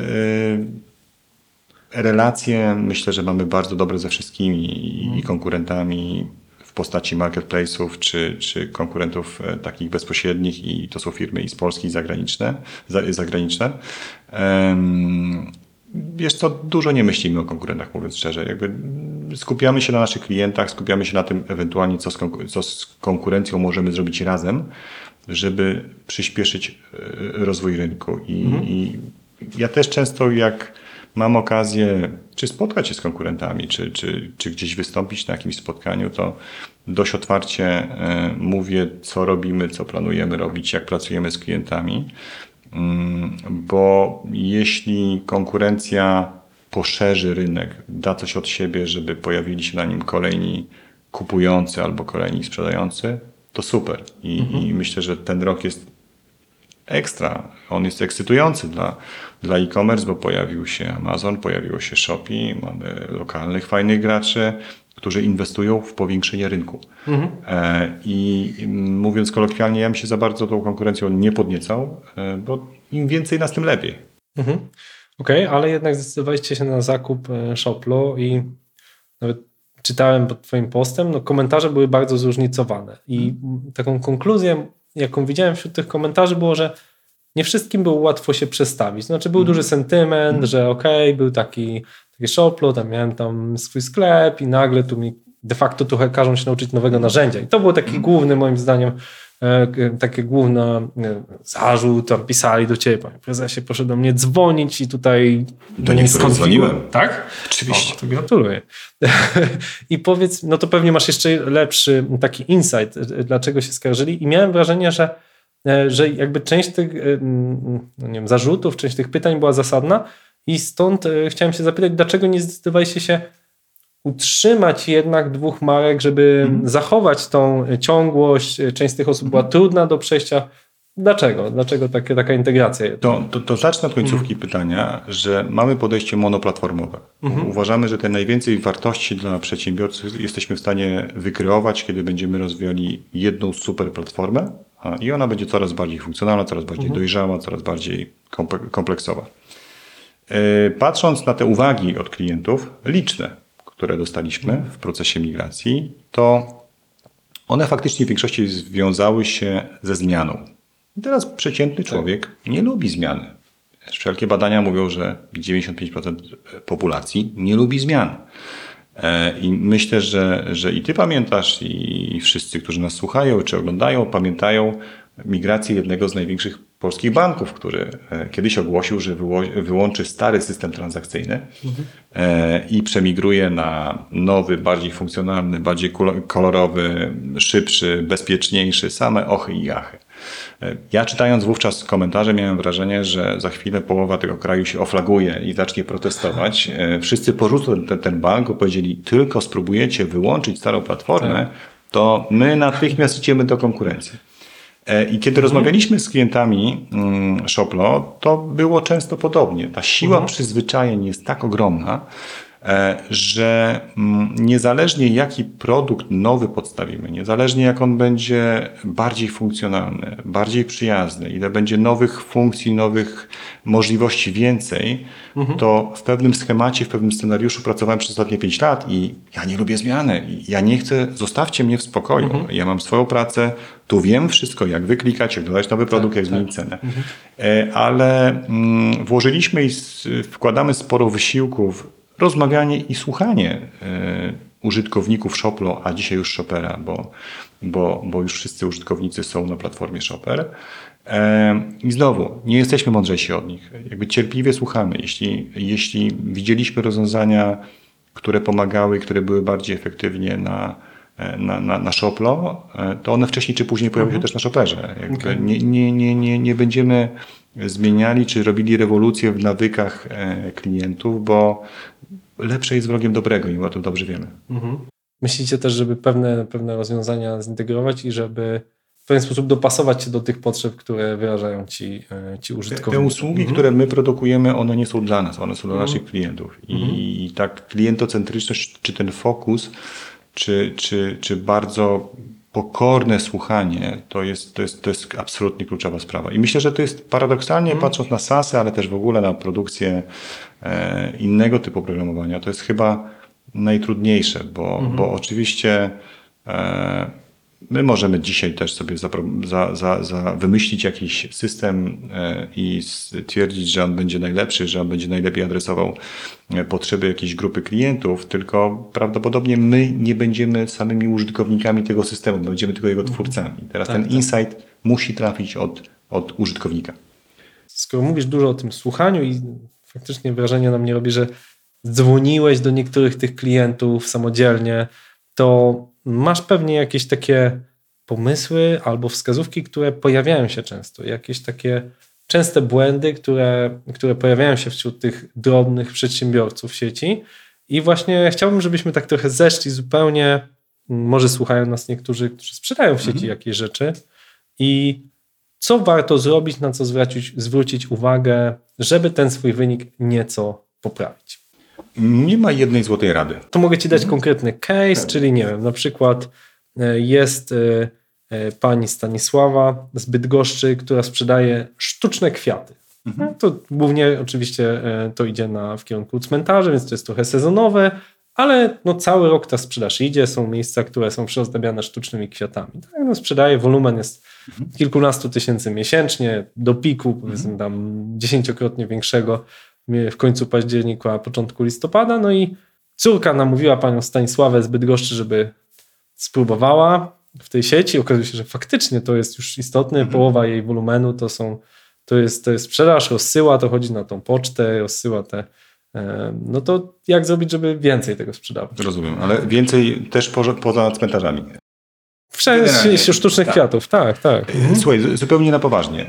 relacje myślę, że mamy bardzo dobre ze wszystkimi mhm. i konkurentami w postaci marketplace'ów czy, czy konkurentów takich bezpośrednich i to są firmy i z Polski i zagraniczne. Za, zagraniczne. Um, Wiesz co, dużo nie myślimy o konkurentach, mówiąc szczerze. Jakby skupiamy się na naszych klientach, skupiamy się na tym ewentualnie, co z, konkur- co z konkurencją możemy zrobić razem, żeby przyspieszyć rozwój rynku. I, mhm. i ja też często jak mam okazję czy spotkać się z konkurentami, czy, czy, czy gdzieś wystąpić na jakimś spotkaniu, to dość otwarcie mówię, co robimy, co planujemy robić, jak pracujemy z klientami. Bo jeśli konkurencja poszerzy rynek, da coś od siebie, żeby pojawili się na nim kolejni kupujący albo kolejni sprzedający, to super. I, Mhm. i myślę, że ten rok jest ekstra. On jest ekscytujący dla, dla e-commerce, bo pojawił się Amazon, pojawiło się Shopee, mamy lokalnych, fajnych graczy, którzy inwestują w powiększenie rynku. Mhm. E, I mówiąc kolokwialnie, ja bym się za bardzo tą konkurencją nie podniecał, e, bo im więcej nas, tym lepiej. Mhm. Okej, okay, ale jednak zdecydowaliście się na zakup e, Shoplo i nawet czytałem pod twoim postem, no komentarze były bardzo zróżnicowane i taką konkluzją, jaką widziałem wśród tych komentarzy było, że nie wszystkim było łatwo się przestawić. Znaczy był duży sentyment, że okej, okay, był taki, taki Shoplo, tam miałem tam swój sklep i nagle tu mi de facto trochę każą się nauczyć nowego narzędzia. I to był taki główny, moim zdaniem, e, takie główny e, zarzut, tam pisali do ciebie, panie prezesie, proszę do mnie dzwonić i tutaj... Do niektórych dzwoniłem. Tak? Oczywiście. O, to gratuluję. I powiedz, no to pewnie masz jeszcze lepszy taki insight, dlaczego się skarżyli i miałem wrażenie, że że jakby część tych no nie wiem, zarzutów, część tych pytań była zasadna i stąd chciałem się zapytać, dlaczego nie zdecydowaliście się utrzymać jednak dwóch marek, żeby mm. zachować tą ciągłość. Część z tych osób była trudna do przejścia. Dlaczego? Dlaczego takie, taka integracja jest? To, to, to zacznę od końcówki mm. pytania, że mamy podejście monoplatformowe. Mm-hmm. Uważamy, że te najwięcej wartości dla przedsiębiorców jesteśmy w stanie wykreować, kiedy będziemy rozwijali jedną super platformę i ona będzie coraz bardziej funkcjonalna, coraz bardziej mm-hmm. dojrzała, coraz bardziej kompleksowa. Patrząc na te uwagi od klientów, liczne, które dostaliśmy w procesie migracji, to one faktycznie w większości związały się ze zmianą. I teraz przeciętny człowiek nie lubi zmiany. Wszelkie badania mówią, że dziewięćdziesiąt pięć procent populacji nie lubi zmian. I myślę, że, że i ty pamiętasz, i wszyscy, którzy nas słuchają czy oglądają, pamiętają migrację jednego z największych polskich banków, który kiedyś ogłosił, że wyło- wyłączy stary system transakcyjny mhm. i przemigruje na nowy, bardziej funkcjonalny, bardziej kolorowy, szybszy, bezpieczniejszy, same ochy i jachy. Ja czytając wówczas komentarze miałem wrażenie, że za chwilę połowa tego kraju się oflaguje i zacznie protestować. Wszyscy porzucą ten, ten bank, bo powiedzieli, tylko spróbujecie wyłączyć starą platformę, to my natychmiast idziemy do konkurencji. I kiedy mhm. rozmawialiśmy z klientami um, Shoplo, to było często podobnie. Ta siła mhm. przyzwyczajeń jest tak ogromna, e, że um, niezależnie jaki produkt nowy podstawimy, niezależnie jak on będzie bardziej funkcjonalny, bardziej przyjazny, ile będzie nowych funkcji, nowych możliwości więcej, mhm. to w pewnym schemacie, w pewnym scenariuszu pracowałem przez ostatnie pięć lat i ja nie lubię zmiany. Ja nie chcę, zostawcie mnie w spokoju. Mhm. Ja mam swoją pracę, tu wiem wszystko, jak wyklikać, jak dodać nowy produkt, tak, jak zmienić tak. cenę. Mhm. Ale mm, włożyliśmy i s- wkładamy sporo wysiłku w rozmawianie i słuchanie y, użytkowników Shoplo, a dzisiaj już Shopera, bo, bo, bo już wszyscy użytkownicy są na platformie Shopper. I znowu, nie jesteśmy mądrzejsi od nich. Jakby cierpliwie słuchamy. Jeśli, jeśli widzieliśmy rozwiązania, które pomagały, które były bardziej efektywnie na, na, na, na Shoplo, to one wcześniej czy później pojawią się mhm. też na Shopperze. Jakby okay. nie, nie, nie, nie, nie będziemy zmieniali czy robili rewolucję w nawykach klientów, bo lepsze jest wrogiem dobrego i my o tym dobrze wiemy. Mhm. Myślicie też, żeby pewne, pewne rozwiązania zintegrować i żeby w pewien sposób dopasować się do tych potrzeb, które wyrażają ci, ci użytkownicy. Te, te usługi, mhm. które my produkujemy, one nie są dla nas, one są dla mhm. naszych klientów. I mhm. tak klientocentryczność, czy ten fokus, czy, czy, czy bardzo pokorne słuchanie, to jest, to jest, to jest absolutnie kluczowa sprawa. I myślę, że to jest paradoksalnie, mhm. patrząc na SaaSy, ale też w ogóle na produkcję e, innego typu oprogramowania, to jest chyba najtrudniejsze, bo, mhm. bo oczywiście e, my możemy dzisiaj też sobie za, za, za, za wymyślić jakiś system i stwierdzić, że on będzie najlepszy, że on będzie najlepiej adresował potrzeby jakiejś grupy klientów, tylko prawdopodobnie my nie będziemy samymi użytkownikami tego systemu, my będziemy tylko jego twórcami. Teraz tak, ten tak. insight musi trafić od, od użytkownika. Skoro mówisz dużo o tym słuchaniu i faktycznie wrażenie na mnie robi, że dzwoniłeś do niektórych tych klientów samodzielnie, to masz pewnie jakieś takie pomysły albo wskazówki, które pojawiają się często. Jakieś takie częste błędy, które, które pojawiają się wśród tych drobnych przedsiębiorców w sieci. I właśnie chciałbym, żebyśmy tak trochę zeszli zupełnie może słuchają nas niektórzy, którzy sprzedają w sieci Mhm. jakieś rzeczy i co warto zrobić, na co zwrócić, zwrócić uwagę, żeby ten swój wynik nieco poprawić. Nie ma jednej złotej rady. To mogę ci dać konkretny case, czyli nie wiem, na przykład e, jest e, e, pani Stanisława z Bydgoszczy, która sprzedaje sztuczne kwiaty. No, to głównie oczywiście e, to idzie na, w kierunku cmentarzy, więc to jest trochę sezonowe, ale no, cały rok ta sprzedaż idzie, są miejsca, które są przyozdabiane sztucznymi kwiatami. Tak, no, sprzedaje, wolumen jest kilkunastu tysięcy miesięcznie, do piku powiedzmy tam dziesięciokrotnie większego w końcu października, a początku listopada. No i córka namówiła panią Stanisławę z Bydgoszczy, żeby spróbowała w tej sieci. Okazuje się, że faktycznie to jest już istotne. Mhm. Połowa jej wolumenu to są, to jest, to jest sprzedaż, rozsyła, to chodzi na tą pocztę, rozsyła te. No to jak zrobić, żeby więcej tego sprzedawać? Rozumiem, ale więcej też poza, poza cmentarzami. Wszędzie sztucznych tak. kwiatów, tak, tak. Słuchaj, zupełnie na poważnie.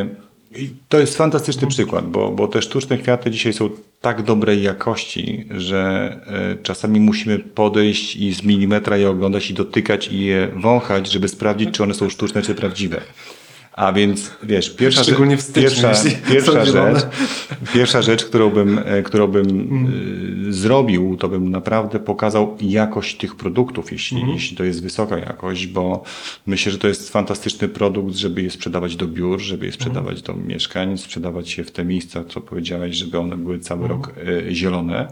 To jest fantastyczny przykład, bo, bo te sztuczne kwiaty dzisiaj są tak dobrej jakości, że czasami musimy podejść i z milimetra je oglądać i dotykać i je wąchać, żeby sprawdzić, czy one są sztuczne, czy prawdziwe. A więc wiesz, pierwsza, Szczególnie w styczniu, pierwsza, pierwsza, rzecz, pierwsza rzecz, którą bym, którą bym mm. zrobił, to bym naprawdę pokazał jakość tych produktów, jeśli, mm. jeśli to jest wysoka jakość, bo myślę, że to jest fantastyczny produkt, żeby je sprzedawać do biur, żeby je sprzedawać mm. do mieszkań, sprzedawać je w te miejsca, co powiedziałeś, żeby one były cały mm. rok y, zielone.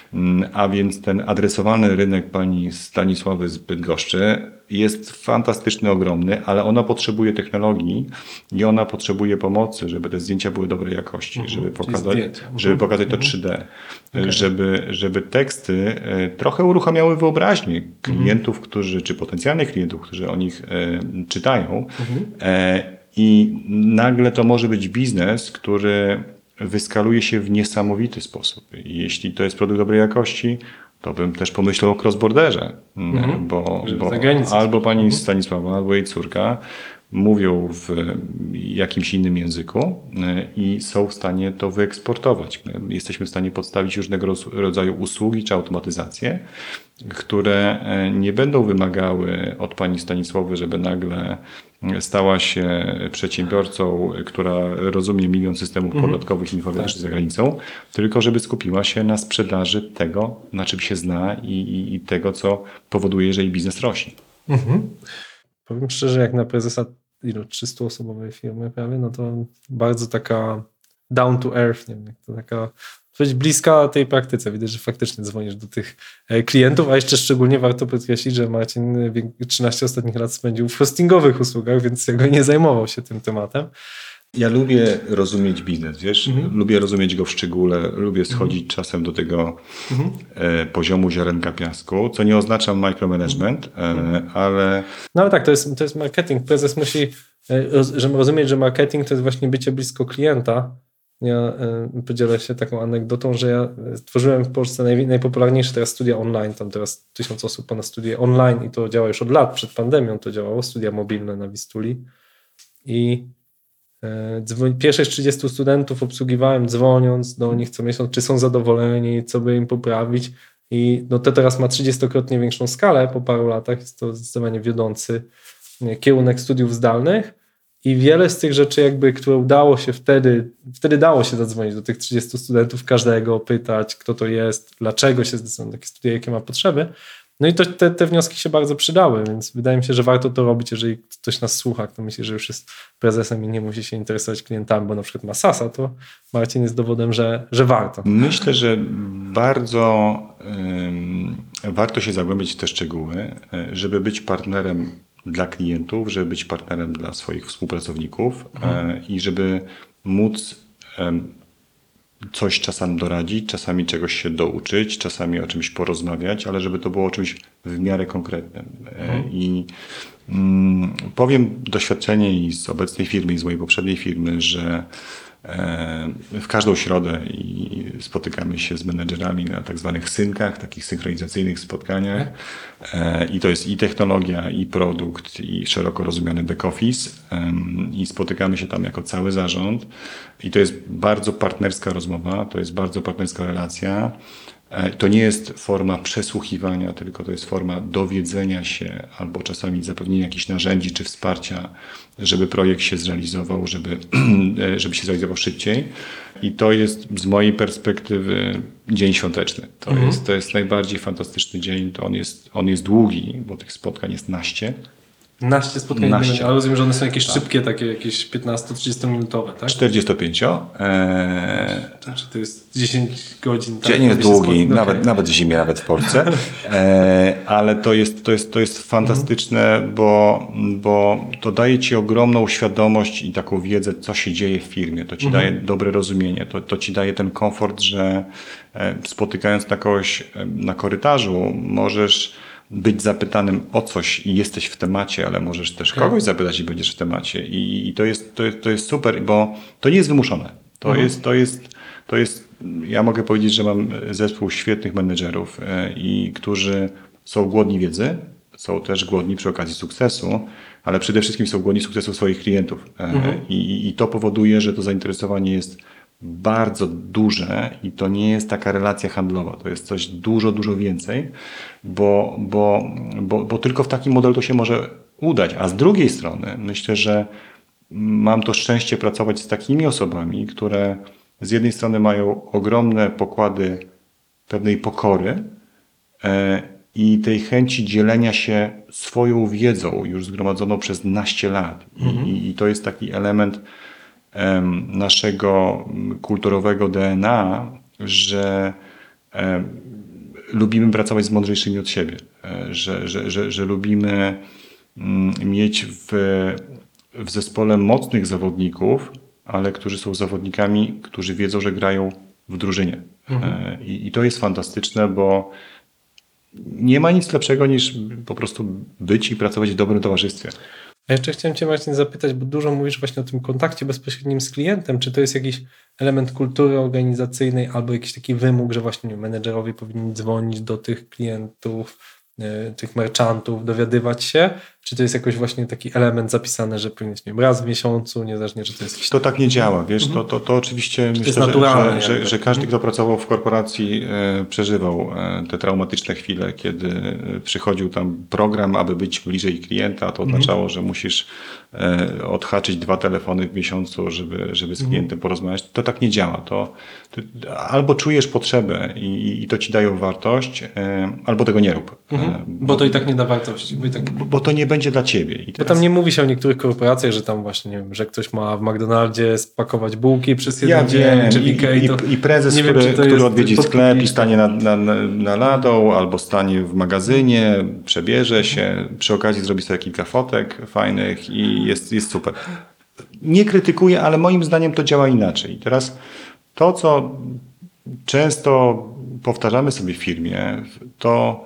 A więc ten adresowany rynek pani Stanisławy z Bydgoszczy jest fantastyczny, ogromny, ale ona potrzebuje technologii i ona potrzebuje pomocy, żeby te zdjęcia były dobrej jakości, mhm, żeby pokazać, żeby pokazać to trzy D, okay. żeby, żeby teksty trochę uruchamiały wyobraźnię klientów, mhm. którzy, czy potencjalnych klientów, którzy o nich e, czytają mhm. e, i nagle to może być biznes, który wyskaluje się w niesamowity sposób. I jeśli to jest produkt dobrej jakości, to bym też pomyślał o cross-borderze, mhm. bo, bo albo pani mhm. Stanisława, albo jej córka mówią w jakimś innym języku i są w stanie to wyeksportować. Jesteśmy w stanie podstawić różnego rodzaju usługi czy automatyzacje, które nie będą wymagały od pani Stanisławy, żeby nagle stała się przedsiębiorcą, która rozumie milion systemów mhm. podatkowych i informatycznych tak. za granicą, tylko żeby skupiła się na sprzedaży tego, na czym się zna i, i, i tego, co powoduje, że jej biznes rośnie. Mhm. Powiem szczerze, jak na prezesa trzystuosobowej firmy prawie, no to bardzo taka down to earth, nie wiem, jak to taka być bliska tej praktyce. Widać, że faktycznie dzwonisz do tych klientów, a jeszcze szczególnie warto podkreślić, że Marcin trzynaście ostatnich lat spędził w hostingowych usługach, więc jakby nie zajmował się tym tematem. Ja lubię rozumieć biznes, wiesz? Mhm. Lubię rozumieć go w szczególe, lubię schodzić mhm. czasem do tego mhm. e, poziomu ziarenka piasku, co nie oznacza micromanagement, mhm. e, ale... No ale tak, to jest, to jest marketing. Prezes musi, e, roz, żeby rozumieć, że marketing to jest właśnie bycie blisko klienta. Ja e, podzielę się taką anegdotą, że ja tworzyłem w Polsce naj, najpopularniejsze teraz studia online, tam teraz tysiąc osób ponad studiuje online i to działa już od lat, przed pandemią to działało, studia mobilne na Wistuli i pierwszych trzydziestu studentów obsługiwałem dzwoniąc do nich co miesiąc, czy są zadowoleni, co by im poprawić i no to teraz ma trzydziestokrotnie większą skalę po paru latach, jest to zdecydowanie wiodący kierunek studiów zdalnych i wiele z tych rzeczy jakby, które udało się wtedy, wtedy dało się zadzwonić do tych trzydziestu studentów, każdego pytać, kto to jest, dlaczego się zdecydował na takie studia, jakie ma potrzeby. No i to, te, te wnioski się bardzo przydały, więc wydaje mi się, że warto to robić, jeżeli ktoś nas słucha, kto myśli, że już jest prezesem i nie musi się interesować klientami, bo na przykład ma sasa, to Marcin jest dowodem, że, że warto. Myślę, że bardzo y, warto się zagłębić w te szczegóły, żeby być partnerem dla klientów, żeby być partnerem dla swoich współpracowników mhm. y, i żeby móc y, coś czasami doradzić, czasami czegoś się douczyć, czasami o czymś porozmawiać, ale żeby to było o czymś w miarę konkretnym. Mhm. I mm, powiem doświadczenie i z obecnej firmy, i z mojej poprzedniej firmy, że e, w każdą środę i spotykamy się z menedżerami na tak zwanych synkach, takich synchronizacyjnych spotkaniach. E, I to jest i technologia, i produkt, i szeroko rozumiany back office. E, I spotykamy się tam jako cały zarząd. I to jest bardzo partnerska rozmowa, to jest bardzo partnerska relacja. To nie jest forma przesłuchiwania, tylko to jest forma dowiedzenia się albo czasami zapewnienia jakichś narzędzi czy wsparcia, żeby projekt się zrealizował, żeby, żeby się zrealizował szybciej. I to jest z mojej perspektywy dzień świąteczny. To, mhm. jest, to jest najbardziej fantastyczny dzień. To on jest, on jest długi, bo tych spotkań jest naście. Naście spotkań, Naście. ale rozumiem, że one są jakieś tak. szybkie, takie jakieś piętnasto-trzydziesto minutowe, tak? czterdziestopięcio. Eee... Znaczy to jest dziesięć godzin. Dzień jest długi, spod... nawet, okay. nawet w zimie, nawet w Polsce. Eee, ale to jest, to jest, to jest fantastyczne, mhm. bo, bo to daje ci ogromną świadomość i taką wiedzę, co się dzieje w firmie. To ci mhm. daje dobre rozumienie. To, to ci daje ten komfort, że e, spotykając na kogoś e, na korytarzu możesz być zapytanym o coś i jesteś w temacie, ale możesz też kogoś zapytać i będziesz w temacie. I, i to, jest, to, jest, to jest super, bo to nie jest wymuszone. To, mhm. jest, to, jest, to jest, ja mogę powiedzieć, że mam zespół świetnych menedżerów, e, i którzy są głodni wiedzy, są też głodni przy okazji sukcesu, ale przede wszystkim są głodni sukcesu swoich klientów. E, mhm. i, I to powoduje, że to zainteresowanie jest bardzo duże i to nie jest taka relacja handlowa, to jest coś dużo, dużo więcej, bo, bo, bo, bo tylko w takim modelu to się może udać. A z drugiej strony myślę, że mam to szczęście pracować z takimi osobami, które z jednej strony mają ogromne pokłady pewnej pokory e, i tej chęci dzielenia się swoją wiedzą już zgromadzoną przez naście lat. Mhm. I, I to jest taki element naszego kulturowego D N A, że e, lubimy pracować z mądrzejszymi od siebie, e, że, że, że, że lubimy m, mieć w, w zespole mocnych zawodników, ale którzy są zawodnikami, którzy wiedzą, że grają w drużynie. Mhm. E, i, I to jest fantastyczne, bo nie ma nic lepszego niż po prostu być i pracować w dobrym towarzystwie. A jeszcze chciałem Cię, Marcin, zapytać, bo dużo mówisz właśnie o tym kontakcie bezpośrednim z klientem. Czy to jest jakiś element kultury organizacyjnej albo jakiś taki wymóg, że właśnie menedżerowie powinni dzwonić do tych klientów, tych merchantów, dowiadywać się? Czy to jest jakoś właśnie taki element zapisany, że powinien nie wiem, raz w miesiącu, niezależnie, czy to jest jakiś... To tak nie działa, wiesz, mhm. to, to, to oczywiście myślę, że, naturalne, że, że, że każdy, kto pracował w korporacji, e, przeżywał e, te traumatyczne chwile, kiedy e, przychodził tam program, aby być bliżej klienta, to mhm. oznaczało, że musisz e, odhaczyć dwa telefony w miesiącu, żeby, żeby z klientem mhm. porozmawiać. To tak nie działa. To, to albo czujesz potrzebę i, i to ci dają wartość, e, albo tego nie rób. Mhm. E, bo, bo to i tak nie da wartości. Bo, i tak... bo, bo to nie będzie dla ciebie. I teraz... Bo tam nie mówi się o niektórych korporacjach, że tam właśnie, nie wiem, że ktoś ma w McDonaldzie spakować bułki przez jeden ja dzień, wiem. czy w Ikei. I, to... i, i prezes, który, wiem, który odwiedzi sklep i stanie na, na, na ladą, albo stanie w magazynie, przebierze się, przy okazji zrobi sobie kilka fotek fajnych i jest, jest super. Nie krytykuję, ale moim zdaniem to działa inaczej. I teraz to, co często powtarzamy sobie w firmie, to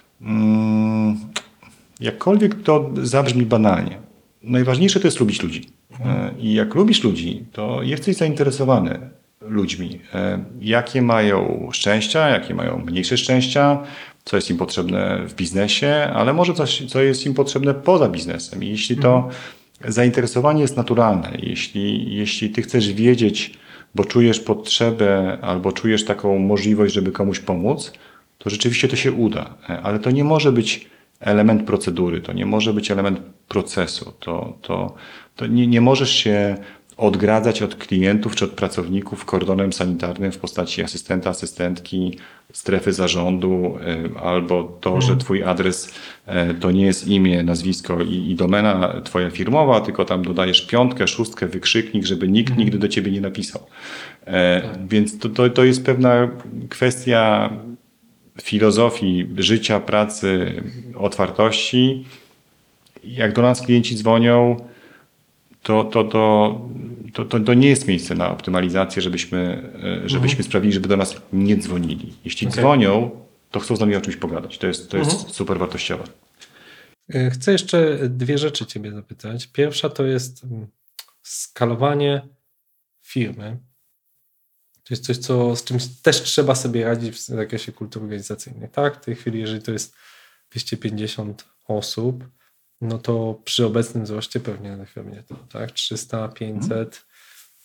mm, jakkolwiek to zabrzmi banalnie, najważniejsze to jest lubić ludzi. I jak lubisz ludzi, to jesteś zainteresowany ludźmi. Jakie mają szczęścia, jakie mają mniejsze szczęścia, co jest im potrzebne w biznesie, ale może coś, co jest im potrzebne poza biznesem. I jeśli to mhm. zainteresowanie jest naturalne, jeśli, jeśli ty chcesz wiedzieć, bo czujesz potrzebę albo czujesz taką możliwość, żeby komuś pomóc, to rzeczywiście to się uda. Ale to nie może być element procedury, to nie może być element procesu. To, to, to nie, nie możesz się odgradzać od klientów czy od pracowników kordonem sanitarnym w postaci asystenta, asystentki, strefy zarządu, albo to, mm. że twój adres to nie jest imię, nazwisko i, i domena twoja firmowa, tylko tam dodajesz piątkę, szóstkę, wykrzyknik, żeby nikt mm. nigdy do ciebie nie napisał. Tak. Więc to, to, to jest pewna kwestia filozofii życia, pracy, otwartości. Jak do nas klienci dzwonią, to, to, to, to, to, to nie jest miejsce na optymalizację, żebyśmy, żebyśmy mhm. sprawili, żeby do nas nie dzwonili. Jeśli okay. dzwonią, to chcą z nami o czymś pogadać. To jest, to jest mhm. super wartościowe. Chcę jeszcze dwie rzeczy Ciebie zapytać. Pierwsza to jest skalowanie firmy. To jest coś, co, z czym też trzeba sobie radzić w zakresie kultury organizacyjnej. Tak? W tej chwili, jeżeli to jest dwieście pięćdziesiąt osób, no to przy obecnym wzroście pewnie na chwilę to tak? trzysta, pięćset.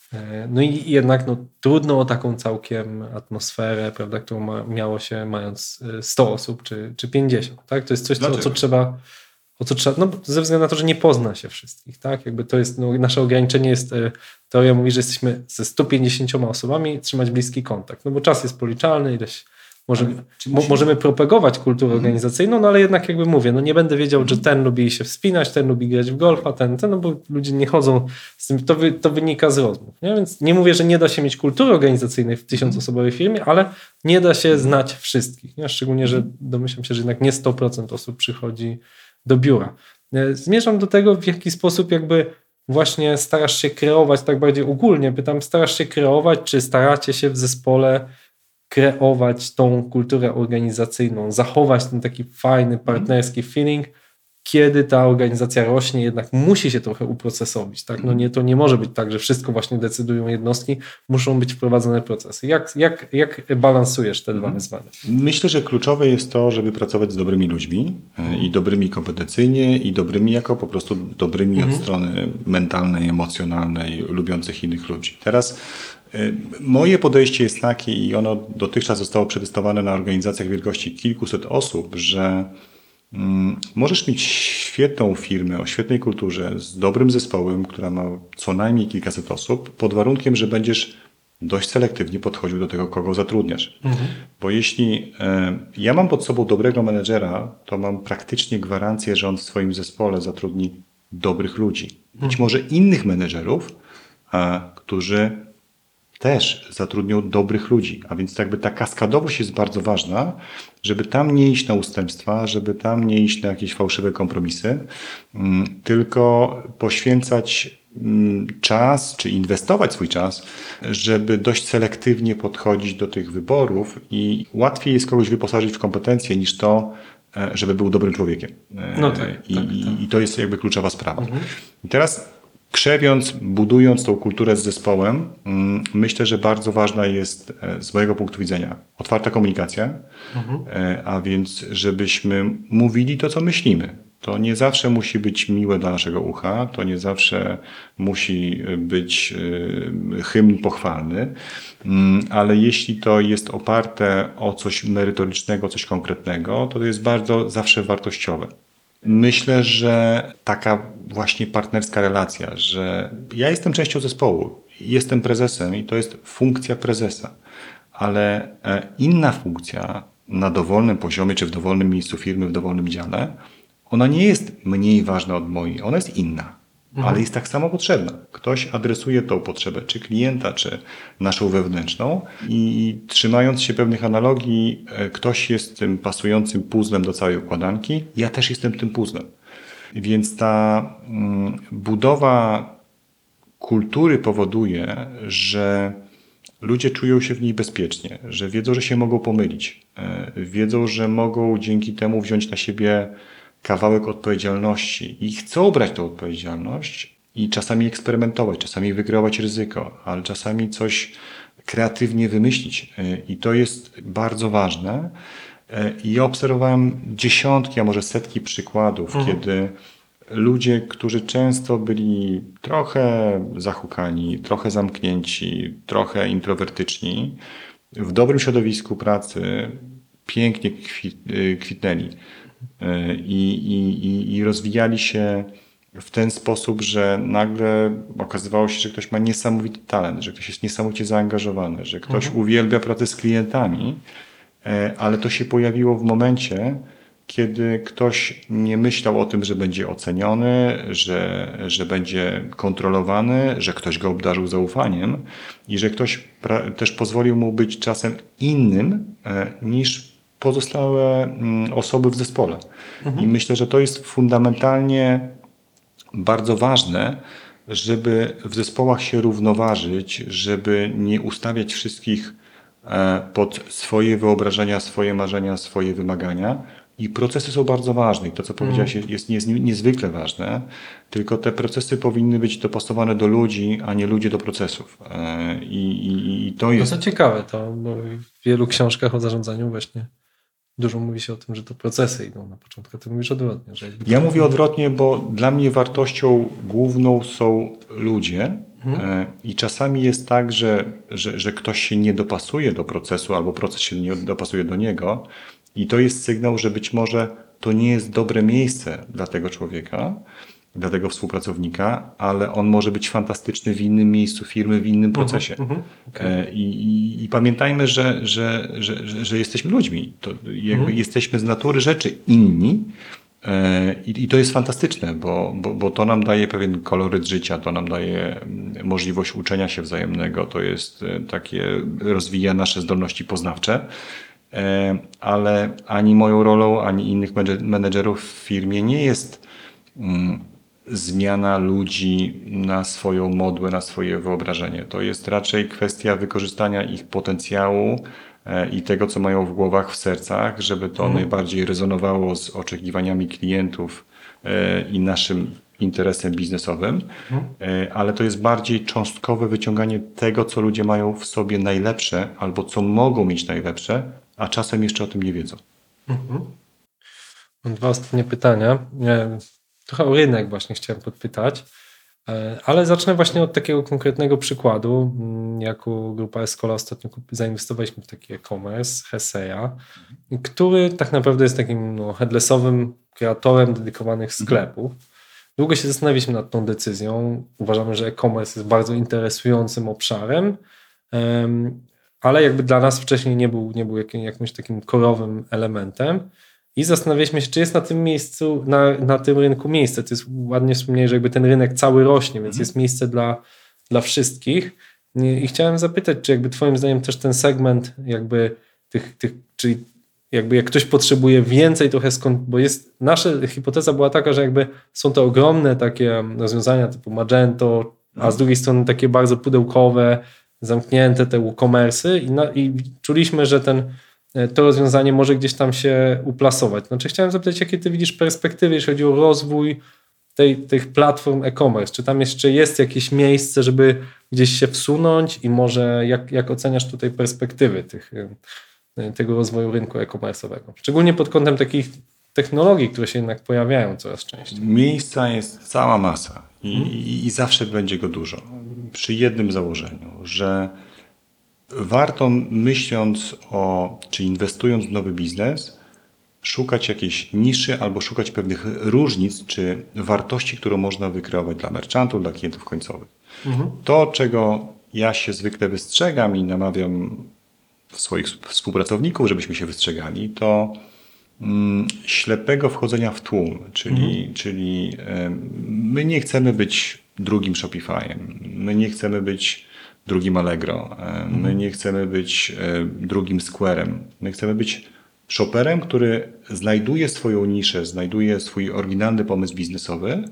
No i jednak no, trudno o taką całkiem atmosferę, prawda, którą ma, miało się mając sto osób czy, czy pięćdziesiąt. Tak? To jest coś, co, o co trzeba, o co trzeba, no ze względu na to, że nie pozna się wszystkich. Tak? Jakby to jest, no, nasze ograniczenie jest, teoria mówi, że jesteśmy ze sto pięćdziesięcioma osobami trzymać bliski kontakt, no bo czas jest policzalny, ileś Możemy, mo, możemy propagować kulturę organizacyjną, no ale jednak jakby mówię, no nie będę wiedział, że ten lubi się wspinać, ten lubi grać w golfa, ten, ten, no bo ludzie nie chodzą z tym, to, wy, to wynika z rozmów, nie? Więc nie mówię, że nie da się mieć kultury organizacyjnej w tysiącosobowej firmie, ale nie da się znać wszystkich, nie? Szczególnie, że domyślam się, że jednak nie sto procent osób przychodzi do biura. Zmierzam do tego, w jaki sposób jakby właśnie starasz się kreować, tak bardziej ogólnie pytam, starasz się kreować, czy staracie się w zespole kreować tą kulturę organizacyjną, zachować ten taki fajny, partnerski feeling, kiedy ta organizacja rośnie, jednak musi się trochę uprocesować. Tak? No nie, to nie może być tak, że wszystko właśnie decydują jednostki, muszą być wprowadzone procesy. Jak, jak, jak balansujesz te dwa wyzwania? Myślę, że kluczowe jest to, żeby pracować z dobrymi ludźmi i dobrymi kompetencyjnie i dobrymi jako po prostu dobrymi mhm. od strony mentalnej, emocjonalnej, lubiących innych ludzi. Teraz moje podejście jest takie i ono dotychczas zostało przetestowane na organizacjach wielkości kilkuset osób, że mm, możesz mieć świetną firmę o świetnej kulturze z dobrym zespołem, która ma co najmniej kilkaset osób, pod warunkiem, że będziesz dość selektywnie podchodził do tego, kogo zatrudniasz. Mhm. Bo jeśli e, ja mam pod sobą dobrego menedżera, to mam praktycznie gwarancję, że on w swoim zespole zatrudni dobrych ludzi. Mhm. Być może innych menedżerów, a, którzy też zatrudnią dobrych ludzi. A więc jakby ta kaskadowość jest bardzo ważna, żeby tam nie iść na ustępstwa, żeby tam nie iść na jakieś fałszywe kompromisy, tylko poświęcać czas, czy inwestować swój czas, żeby dość selektywnie podchodzić do tych wyborów i łatwiej jest kogoś wyposażyć w kompetencje niż to, żeby był dobrym człowiekiem. No tak, I, tak, tak. I to jest jakby kluczowa sprawa. Mhm. I teraz krzewiąc, budując tą kulturę z zespołem, myślę, że bardzo ważna jest z mojego punktu widzenia otwarta komunikacja, mhm. a więc żebyśmy mówili to, co myślimy. To nie zawsze musi być miłe dla naszego ucha, to nie zawsze musi być hymn pochwalny, ale jeśli to jest oparte o coś merytorycznego, coś konkretnego, to to jest bardzo zawsze wartościowe. Myślę, że taka właśnie partnerska relacja, że ja jestem częścią zespołu, jestem prezesem i to jest funkcja prezesa, ale inna funkcja na dowolnym poziomie, czy w dowolnym miejscu firmy, w dowolnym dziale, ona nie jest mniej ważna od mojej, ona jest inna, mhm. ale jest tak samo potrzebna. Ktoś adresuje tą potrzebę, czy klienta, czy naszą wewnętrzną i trzymając się pewnych analogii, ktoś jest tym pasującym puzzlem do całej układanki, ja też jestem tym puzzlem. Więc ta mm, budowa kultury powoduje, że ludzie czują się w niej bezpiecznie, że wiedzą, że się mogą pomylić, wiedzą, że mogą dzięki temu wziąć na siebie kawałek odpowiedzialności i chcą brać tę odpowiedzialność i czasami eksperymentować, czasami wykreować ryzyko, ale czasami coś kreatywnie wymyślić. I to jest bardzo ważne. I ja obserwowałem dziesiątki, a może setki przykładów, mhm. kiedy ludzie, którzy często byli trochę zahukani, trochę zamknięci, trochę introwertyczni, w dobrym środowisku pracy pięknie kwitnęli. I, i, i rozwijali się w ten sposób, że nagle okazywało się, że ktoś ma niesamowity talent, że ktoś jest niesamowicie zaangażowany, że ktoś mhm. uwielbia pracę z klientami, ale to się pojawiło w momencie, kiedy ktoś nie myślał o tym, że będzie oceniony, że, że będzie kontrolowany, że ktoś go obdarzył zaufaniem i że ktoś pra- też pozwolił mu być czasem innym niż pozostałe osoby w zespole. Mhm. I myślę, że to jest fundamentalnie bardzo ważne, żeby w zespołach się równoważyć, żeby nie ustawiać wszystkich pod swoje wyobrażenia, swoje marzenia, swoje wymagania. I procesy są bardzo ważne. I to, co powiedziałeś, jest, jest, jest niezwykle ważne. Tylko te procesy powinny być dopasowane do ludzi, a nie ludzie do procesów. I, i, i to jest... No to ciekawe. To bo w wielu książkach o zarządzaniu właśnie dużo mówi się o tym, że to procesy idą na początku. Ty mówisz odwrotnie. Że ja mówię odwrotnie, bo dla mnie wartością główną są ludzie Mhm. I czasami jest tak, że, że, że ktoś się nie dopasuje do procesu albo proces się nie dopasuje do niego i to jest sygnał, że być może to nie jest dobre miejsce dla tego człowieka, dla tego współpracownika, ale on może być fantastyczny w innym miejscu firmy, w innym procesie. Uh-huh, okay. I, i, I pamiętajmy, że, że, że, że, że jesteśmy ludźmi. To jakby uh-huh. Jesteśmy z natury rzeczy inni i, i to jest fantastyczne, bo, bo, bo to nam daje pewien koloryt życia, to nam daje możliwość uczenia się wzajemnego, to jest takie, rozwija nasze zdolności poznawcze. Ale ani moją rolą, ani innych menedżerów w firmie nie jest mm, zmiana ludzi na swoją modłę, na swoje wyobrażenie. To jest raczej kwestia wykorzystania ich potencjału e, i tego, co mają w głowach, w sercach, żeby to mhm. najbardziej rezonowało z oczekiwaniami klientów e, i naszym interesem biznesowym, mhm. e, ale to jest bardziej cząstkowe wyciąganie tego, co ludzie mają w sobie najlepsze albo co mogą mieć najlepsze, a czasem jeszcze o tym nie wiedzą. Mhm. Mam dwa ostatnie pytania. Trochę o rynek właśnie chciałem podpytać, ale zacznę właśnie od takiego konkretnego przykładu. Jako grupa Escola ostatnio zainwestowaliśmy w taki e-commerce, Heseya, który tak naprawdę jest takim no, headlessowym kreatorem dedykowanych sklepów. Długo się zastanawialiśmy nad tą decyzją. Uważamy, że e-commerce jest bardzo interesującym obszarem, ale jakby dla nas wcześniej nie był, nie był jakim, jakimś takim korowym elementem. I zastanawialiśmy się, czy jest na tym miejscu, na, na tym rynku miejsce. To jest ładnie wspomnieć, że jakby ten rynek cały rośnie, więc jest miejsce dla, dla wszystkich. I, I chciałem zapytać, czy jakby twoim zdaniem też ten segment jakby tych, tych czyli jakby jak ktoś potrzebuje więcej trochę skąd, bo jest, nasza hipoteza była taka, że jakby są to ogromne takie rozwiązania typu Magento, a z drugiej strony takie bardzo pudełkowe, zamknięte te WooCommerce'y i, na, i czuliśmy, że ten to rozwiązanie może gdzieś tam się uplasować. Znaczy chciałem zapytać, jakie ty widzisz perspektywy, jeśli chodzi o rozwój tej, tych platform e-commerce? Czy tam jeszcze jest jakieś miejsce, żeby gdzieś się wsunąć i może jak, jak oceniasz tutaj perspektywy tych, tego rozwoju rynku e-commerce'owego? Szczególnie pod kątem takich technologii, które się jednak pojawiają coraz częściej. Miejsca jest cała masa i, hmm. i, i zawsze będzie go dużo. Przy jednym założeniu, że warto myśląc o, czy inwestując w nowy biznes, szukać jakiejś niszy albo szukać pewnych różnic, czy wartości, którą można wykreować dla merchantów, dla klientów końcowych. Mhm. To, czego ja się zwykle wystrzegam i namawiam swoich współpracowników, żebyśmy się wystrzegali, to mm, ślepego wchodzenia w tłum, czyli, mhm. czyli y, my nie chcemy być drugim Shopify'em, my nie chcemy być drugim Allegro. My nie chcemy być drugim Square'em. My chcemy być shopperem, który znajduje swoją niszę, znajduje swój oryginalny pomysł biznesowy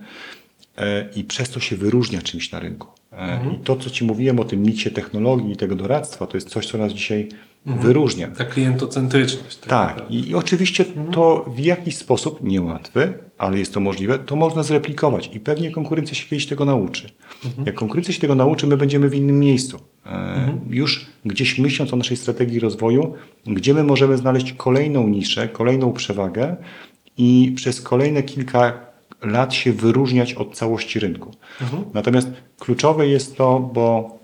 i przez to się wyróżnia czymś na rynku. Mhm. I to, co ci mówiłem o tym miksie technologii i tego doradztwa, to jest coś, co nas dzisiaj mhm. wyróżnia. Ta klientocentryczność. Tak. tak. I, I oczywiście mhm. to w jakiś sposób niełatwy, ale jest to możliwe, to można zreplikować i pewnie konkurencja się kiedyś tego nauczy. Mhm. Jak konkurencja się tego nauczy, my będziemy w innym miejscu. Mhm. Już gdzieś myśląc o naszej strategii rozwoju, gdzie my możemy znaleźć kolejną niszę, kolejną przewagę i przez kolejne kilka lat się wyróżniać od całości rynku. Mhm. Natomiast kluczowe jest to, bo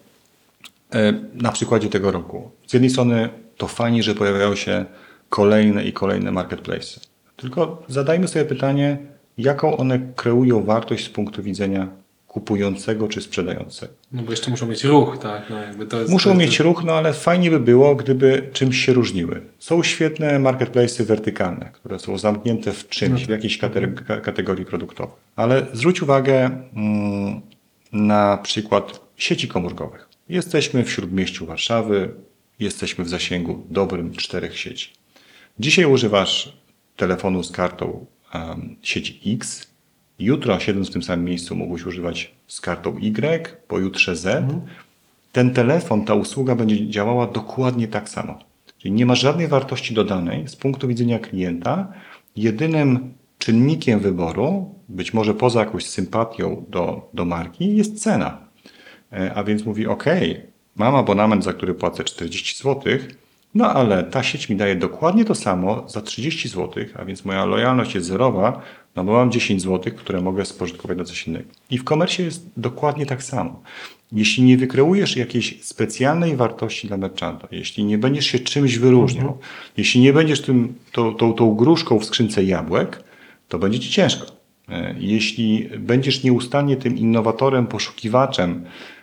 e, na przykładzie tego roku, z jednej strony to fajnie, że pojawiają się kolejne i kolejne marketplace'y. Tylko zadajmy sobie pytanie, jaką one kreują wartość z punktu widzenia kupującego czy sprzedającego. No bo jeszcze muszą mieć ruch, tak? No jakby to jest, muszą to jest... mieć ruch, no ale fajnie by było, gdyby czymś się różniły. Są świetne marketplace'y wertykalne, które są zamknięte w czymś, w jakiejś kategorii, kategorii produktowej. Ale zwróć uwagę mm, na przykład sieci komórkowych. Jesteśmy w śródmieściu Warszawy, jesteśmy w zasięgu dobrym czterech sieci. Dzisiaj używasz telefonu z kartą um, sieci X, jutro siedząc w tym samym miejscu mógłbyś używać z kartą Y, pojutrze Z. Mhm. Ten telefon, ta usługa będzie działała dokładnie tak samo. Czyli nie ma żadnej wartości dodanej z punktu widzenia klienta. Jedynym czynnikiem wyboru, być może poza jakąś sympatią do, do marki, jest cena. A więc mówi, ok, mam abonament, za który płacę czterdzieści złotych, No ale ta sieć mi daje dokładnie to samo za trzydzieści złotych, a więc moja lojalność jest zerowa, no bo mam dziesięć złotych, które mogę spożytkować na coś innego. I w komercie jest dokładnie tak samo. Jeśli nie wykreujesz jakiejś specjalnej wartości dla merchanta, jeśli nie będziesz się czymś wyróżniał, mhm. jeśli nie będziesz tym, tą, tą, tą gruszką w skrzynce jabłek, to będzie ci ciężko. Jeśli będziesz nieustannie tym innowatorem, poszukiwaczem,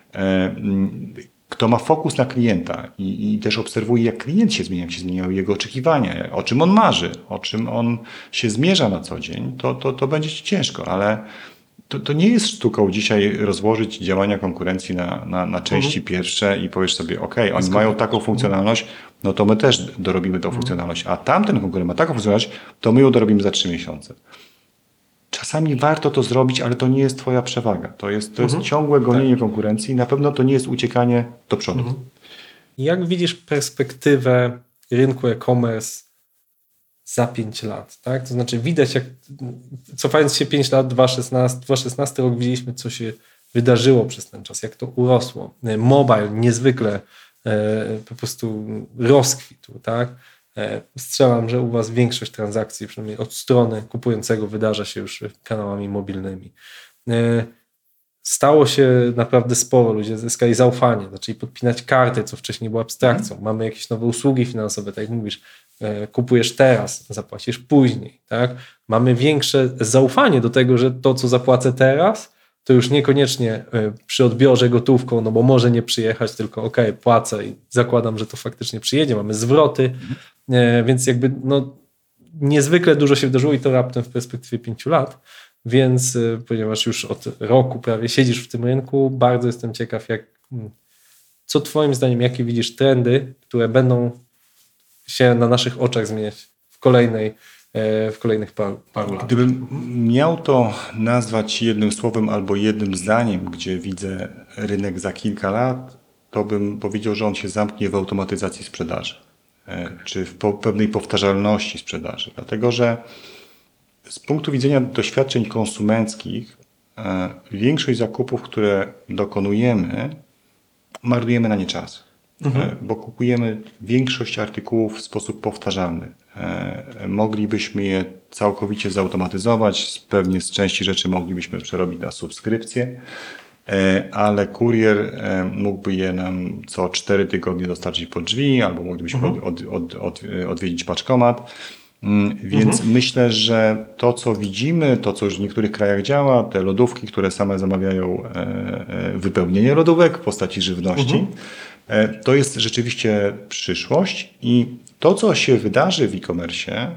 kto ma fokus na klienta i, i też obserwuje, jak klient się zmienia, jak się zmieniają jego oczekiwania, o czym on marzy, o czym on się zmierza na co dzień, to, to, to będzie ci ciężko, ale to, to nie jest sztuką dzisiaj rozłożyć działania konkurencji na, na, na części mhm. pierwsze i powiesz sobie, ok, oni Skąd? mają taką funkcjonalność, no to my też dorobimy tą mhm. funkcjonalność, a tamten konkurent ma taką funkcjonalność, to my ją dorobimy za trzy miesiące. Czasami warto to zrobić, ale to nie jest twoja przewaga. To jest, to mhm. jest ciągłe gonienie tak. konkurencji i na pewno to nie jest uciekanie do przodu. Mhm. Jak widzisz perspektywę rynku e-commerce za pięć lat? Tak? To znaczy widać, jak cofając się pięć lat, dwa tysiące szesnasty rok, widzieliśmy, co się wydarzyło przez ten czas, jak to urosło. Mobile niezwykle e, po prostu rozkwitł, tak? Strzelam, że u was większość transakcji, przynajmniej od strony kupującego, wydarza się już kanałami mobilnymi. Stało się naprawdę sporo, ludzie zyskali zaufanie, zaczęli podpinać karty, co wcześniej było abstrakcją. Mamy jakieś nowe usługi finansowe, tak jak mówisz, kupujesz teraz, zapłacisz później. Tak? Mamy większe zaufanie do tego, że to, co zapłacę teraz, to już niekoniecznie przy odbiorze gotówką, no bo może nie przyjechać, tylko ok, płacę i zakładam, że to faktycznie przyjedzie, mamy zwroty, więc jakby no, niezwykle dużo się wydarzyło i to raptem w perspektywie pięciu lat, więc ponieważ już od roku prawie siedzisz w tym rynku, bardzo jestem ciekaw, jak, co twoim zdaniem, jakie widzisz trendy, które będą się na naszych oczach zmieniać w kolejnej w kolejnych paru, paru latach. Gdybym miał to nazwać jednym słowem albo jednym zdaniem, gdzie widzę rynek za kilka lat, to bym powiedział, że on się zamknie w automatyzacji sprzedaży, czy w pewnej powtarzalności sprzedaży. Dlatego, że z punktu widzenia doświadczeń konsumenckich większość zakupów, które dokonujemy, marnujemy na nie czas. Mhm. Bo kupujemy większość artykułów w sposób powtarzalny. Moglibyśmy je całkowicie zautomatyzować, pewnie z części rzeczy moglibyśmy przerobić na subskrypcję, ale kurier mógłby je nam co cztery tygodnie dostarczyć pod drzwi, albo moglibyśmy mhm. od, od, od, odwiedzić paczkomat. Więc mhm. myślę, że to, co widzimy, to, co już w niektórych krajach działa, te lodówki, które same zamawiają wypełnienie lodówek w postaci żywności, mhm. to jest rzeczywiście przyszłość i to, co się wydarzy w e-commerce,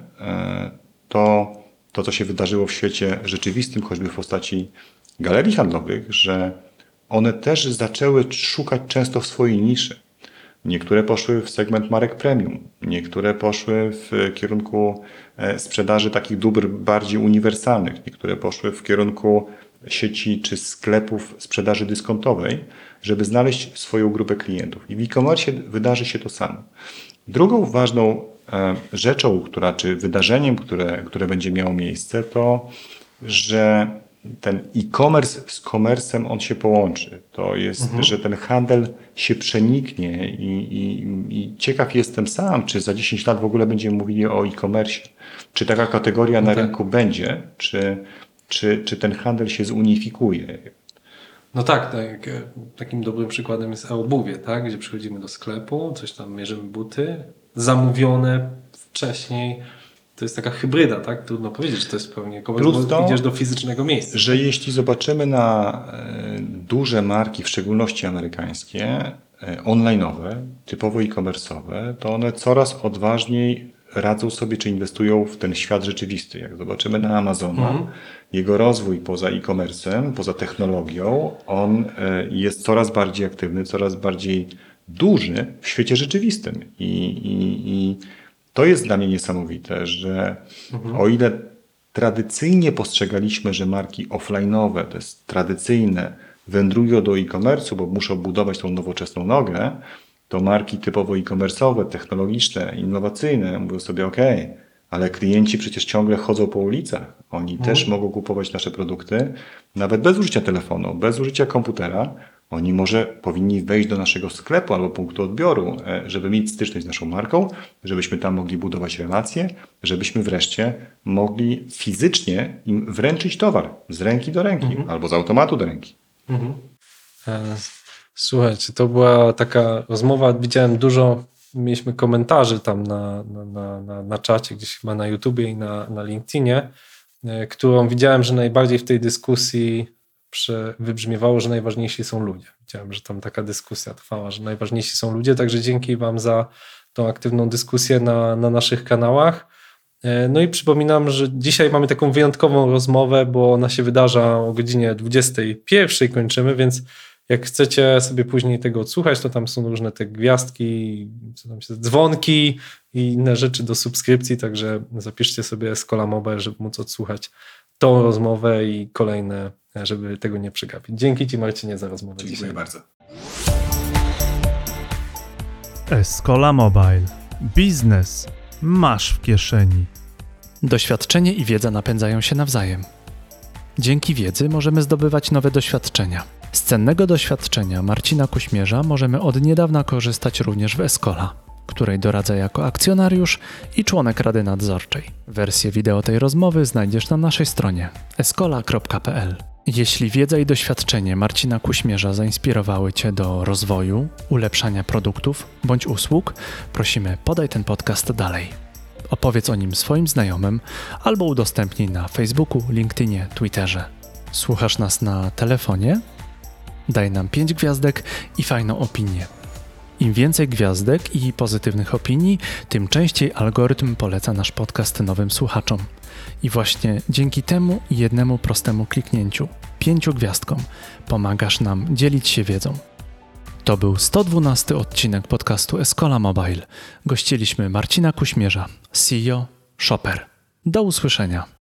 to to, co się wydarzyło w świecie rzeczywistym, choćby w postaci galerii handlowych, że one też zaczęły szukać często w swojej niszy. Niektóre poszły w segment marek premium, niektóre poszły w kierunku sprzedaży takich dóbr bardziej uniwersalnych, niektóre poszły w kierunku sieci czy sklepów sprzedaży dyskontowej, żeby znaleźć swoją grupę klientów. I w e-commerce wydarzy się to samo. Drugą ważną rzeczą, która, czy wydarzeniem, które, które będzie miało miejsce, to, że ten e-commerce z komersem on się połączy. To jest, mhm. że ten handel się przeniknie i, i, i ciekaw jestem sam, czy za dziesięć lat w ogóle będziemy mówili o e-commerce. Czy taka kategoria na tak. rynku będzie, czy, czy, czy ten handel się zunifikuje. No tak, tak, takim dobrym przykładem jest e-obuwie, tak? Gdzie przychodzimy do sklepu, coś tam mierzymy buty, zamówione wcześniej. To jest taka hybryda, tak? Trudno powiedzieć, że to jest pewnie komerc, bo idziesz do fizycznego miejsca. Że jeśli zobaczymy na duże marki, w szczególności amerykańskie, online'owe, typowo e-commerce'owe, to one coraz odważniej radzą sobie, czy inwestują w ten świat rzeczywisty. Jak zobaczymy na Amazona, mhm. jego rozwój poza e-commerce'em, poza technologią, on jest coraz bardziej aktywny, coraz bardziej duży w świecie rzeczywistym. I, i, i to jest dla mnie niesamowite, że mhm. o ile tradycyjnie postrzegaliśmy, że marki offline'owe, to jest tradycyjne, wędrują do e-commerce'u, bo muszą budować tą nowoczesną nogę, to marki typowo e-commerce'owe, technologiczne, innowacyjne mówią sobie, ok, ale klienci przecież ciągle chodzą po ulicach. Oni mhm. też mogą kupować nasze produkty, nawet bez użycia telefonu, bez użycia komputera. Oni może powinni wejść do naszego sklepu albo punktu odbioru, żeby mieć styczność z naszą marką, żebyśmy tam mogli budować relacje, żebyśmy wreszcie mogli fizycznie im wręczyć towar z ręki do ręki mhm. albo z automatu do ręki. Mhm. Słuchajcie, to była taka rozmowa, widziałem dużo, mieliśmy komentarzy tam na, na, na, na czacie, gdzieś chyba na YouTubie i na, na LinkedInie, którą widziałem, że najbardziej w tej dyskusji Prze, wybrzmiewało, że najważniejsi są ludzie. Widziałem, że tam taka dyskusja trwała, że najważniejsi są ludzie, także dzięki wam za tą aktywną dyskusję na, na naszych kanałach. No i przypominam, że dzisiaj mamy taką wyjątkową rozmowę, bo ona się wydarza o godzinie dwudziestej pierwszej kończymy, więc jak chcecie sobie później tego odsłuchać, to tam są różne te gwiazdki, co tam się, dzwonki i inne rzeczy do subskrypcji, także zapiszcie sobie Escola Mobile, żeby móc odsłuchać tą rozmowę i kolejne, żeby tego nie przegapić. Dzięki ci, Marcinie, za rozmowę. Dziękuję dzisiaj bardzo. Escola Mobile. Biznes masz w kieszeni. Doświadczenie i wiedza napędzają się nawzajem. Dzięki wiedzy możemy zdobywać nowe doświadczenia. Z cennego doświadczenia Marcina Kuśmierza możemy od niedawna korzystać również w Escola, której doradza jako akcjonariusz i członek Rady Nadzorczej. Wersję wideo tej rozmowy znajdziesz na naszej stronie escola kropka p l. Jeśli wiedza i doświadczenie Marcina Kuśmierza zainspirowały Cię do rozwoju, ulepszania produktów bądź usług, prosimy, podaj ten podcast dalej. Opowiedz o nim swoim znajomym albo udostępnij na Facebooku, LinkedInie, Twitterze. Słuchasz nas na telefonie? Daj nam pięć gwiazdek i fajną opinię. Im więcej gwiazdek i pozytywnych opinii, tym częściej algorytm poleca nasz podcast nowym słuchaczom. I właśnie dzięki temu jednemu prostemu kliknięciu, pięciu gwiazdkom, pomagasz nam dzielić się wiedzą. To był sto dwunasty odcinek podcastu Escola Mobile. Gościliśmy Marcina Kuśmierza, C E O Shopper. Do usłyszenia.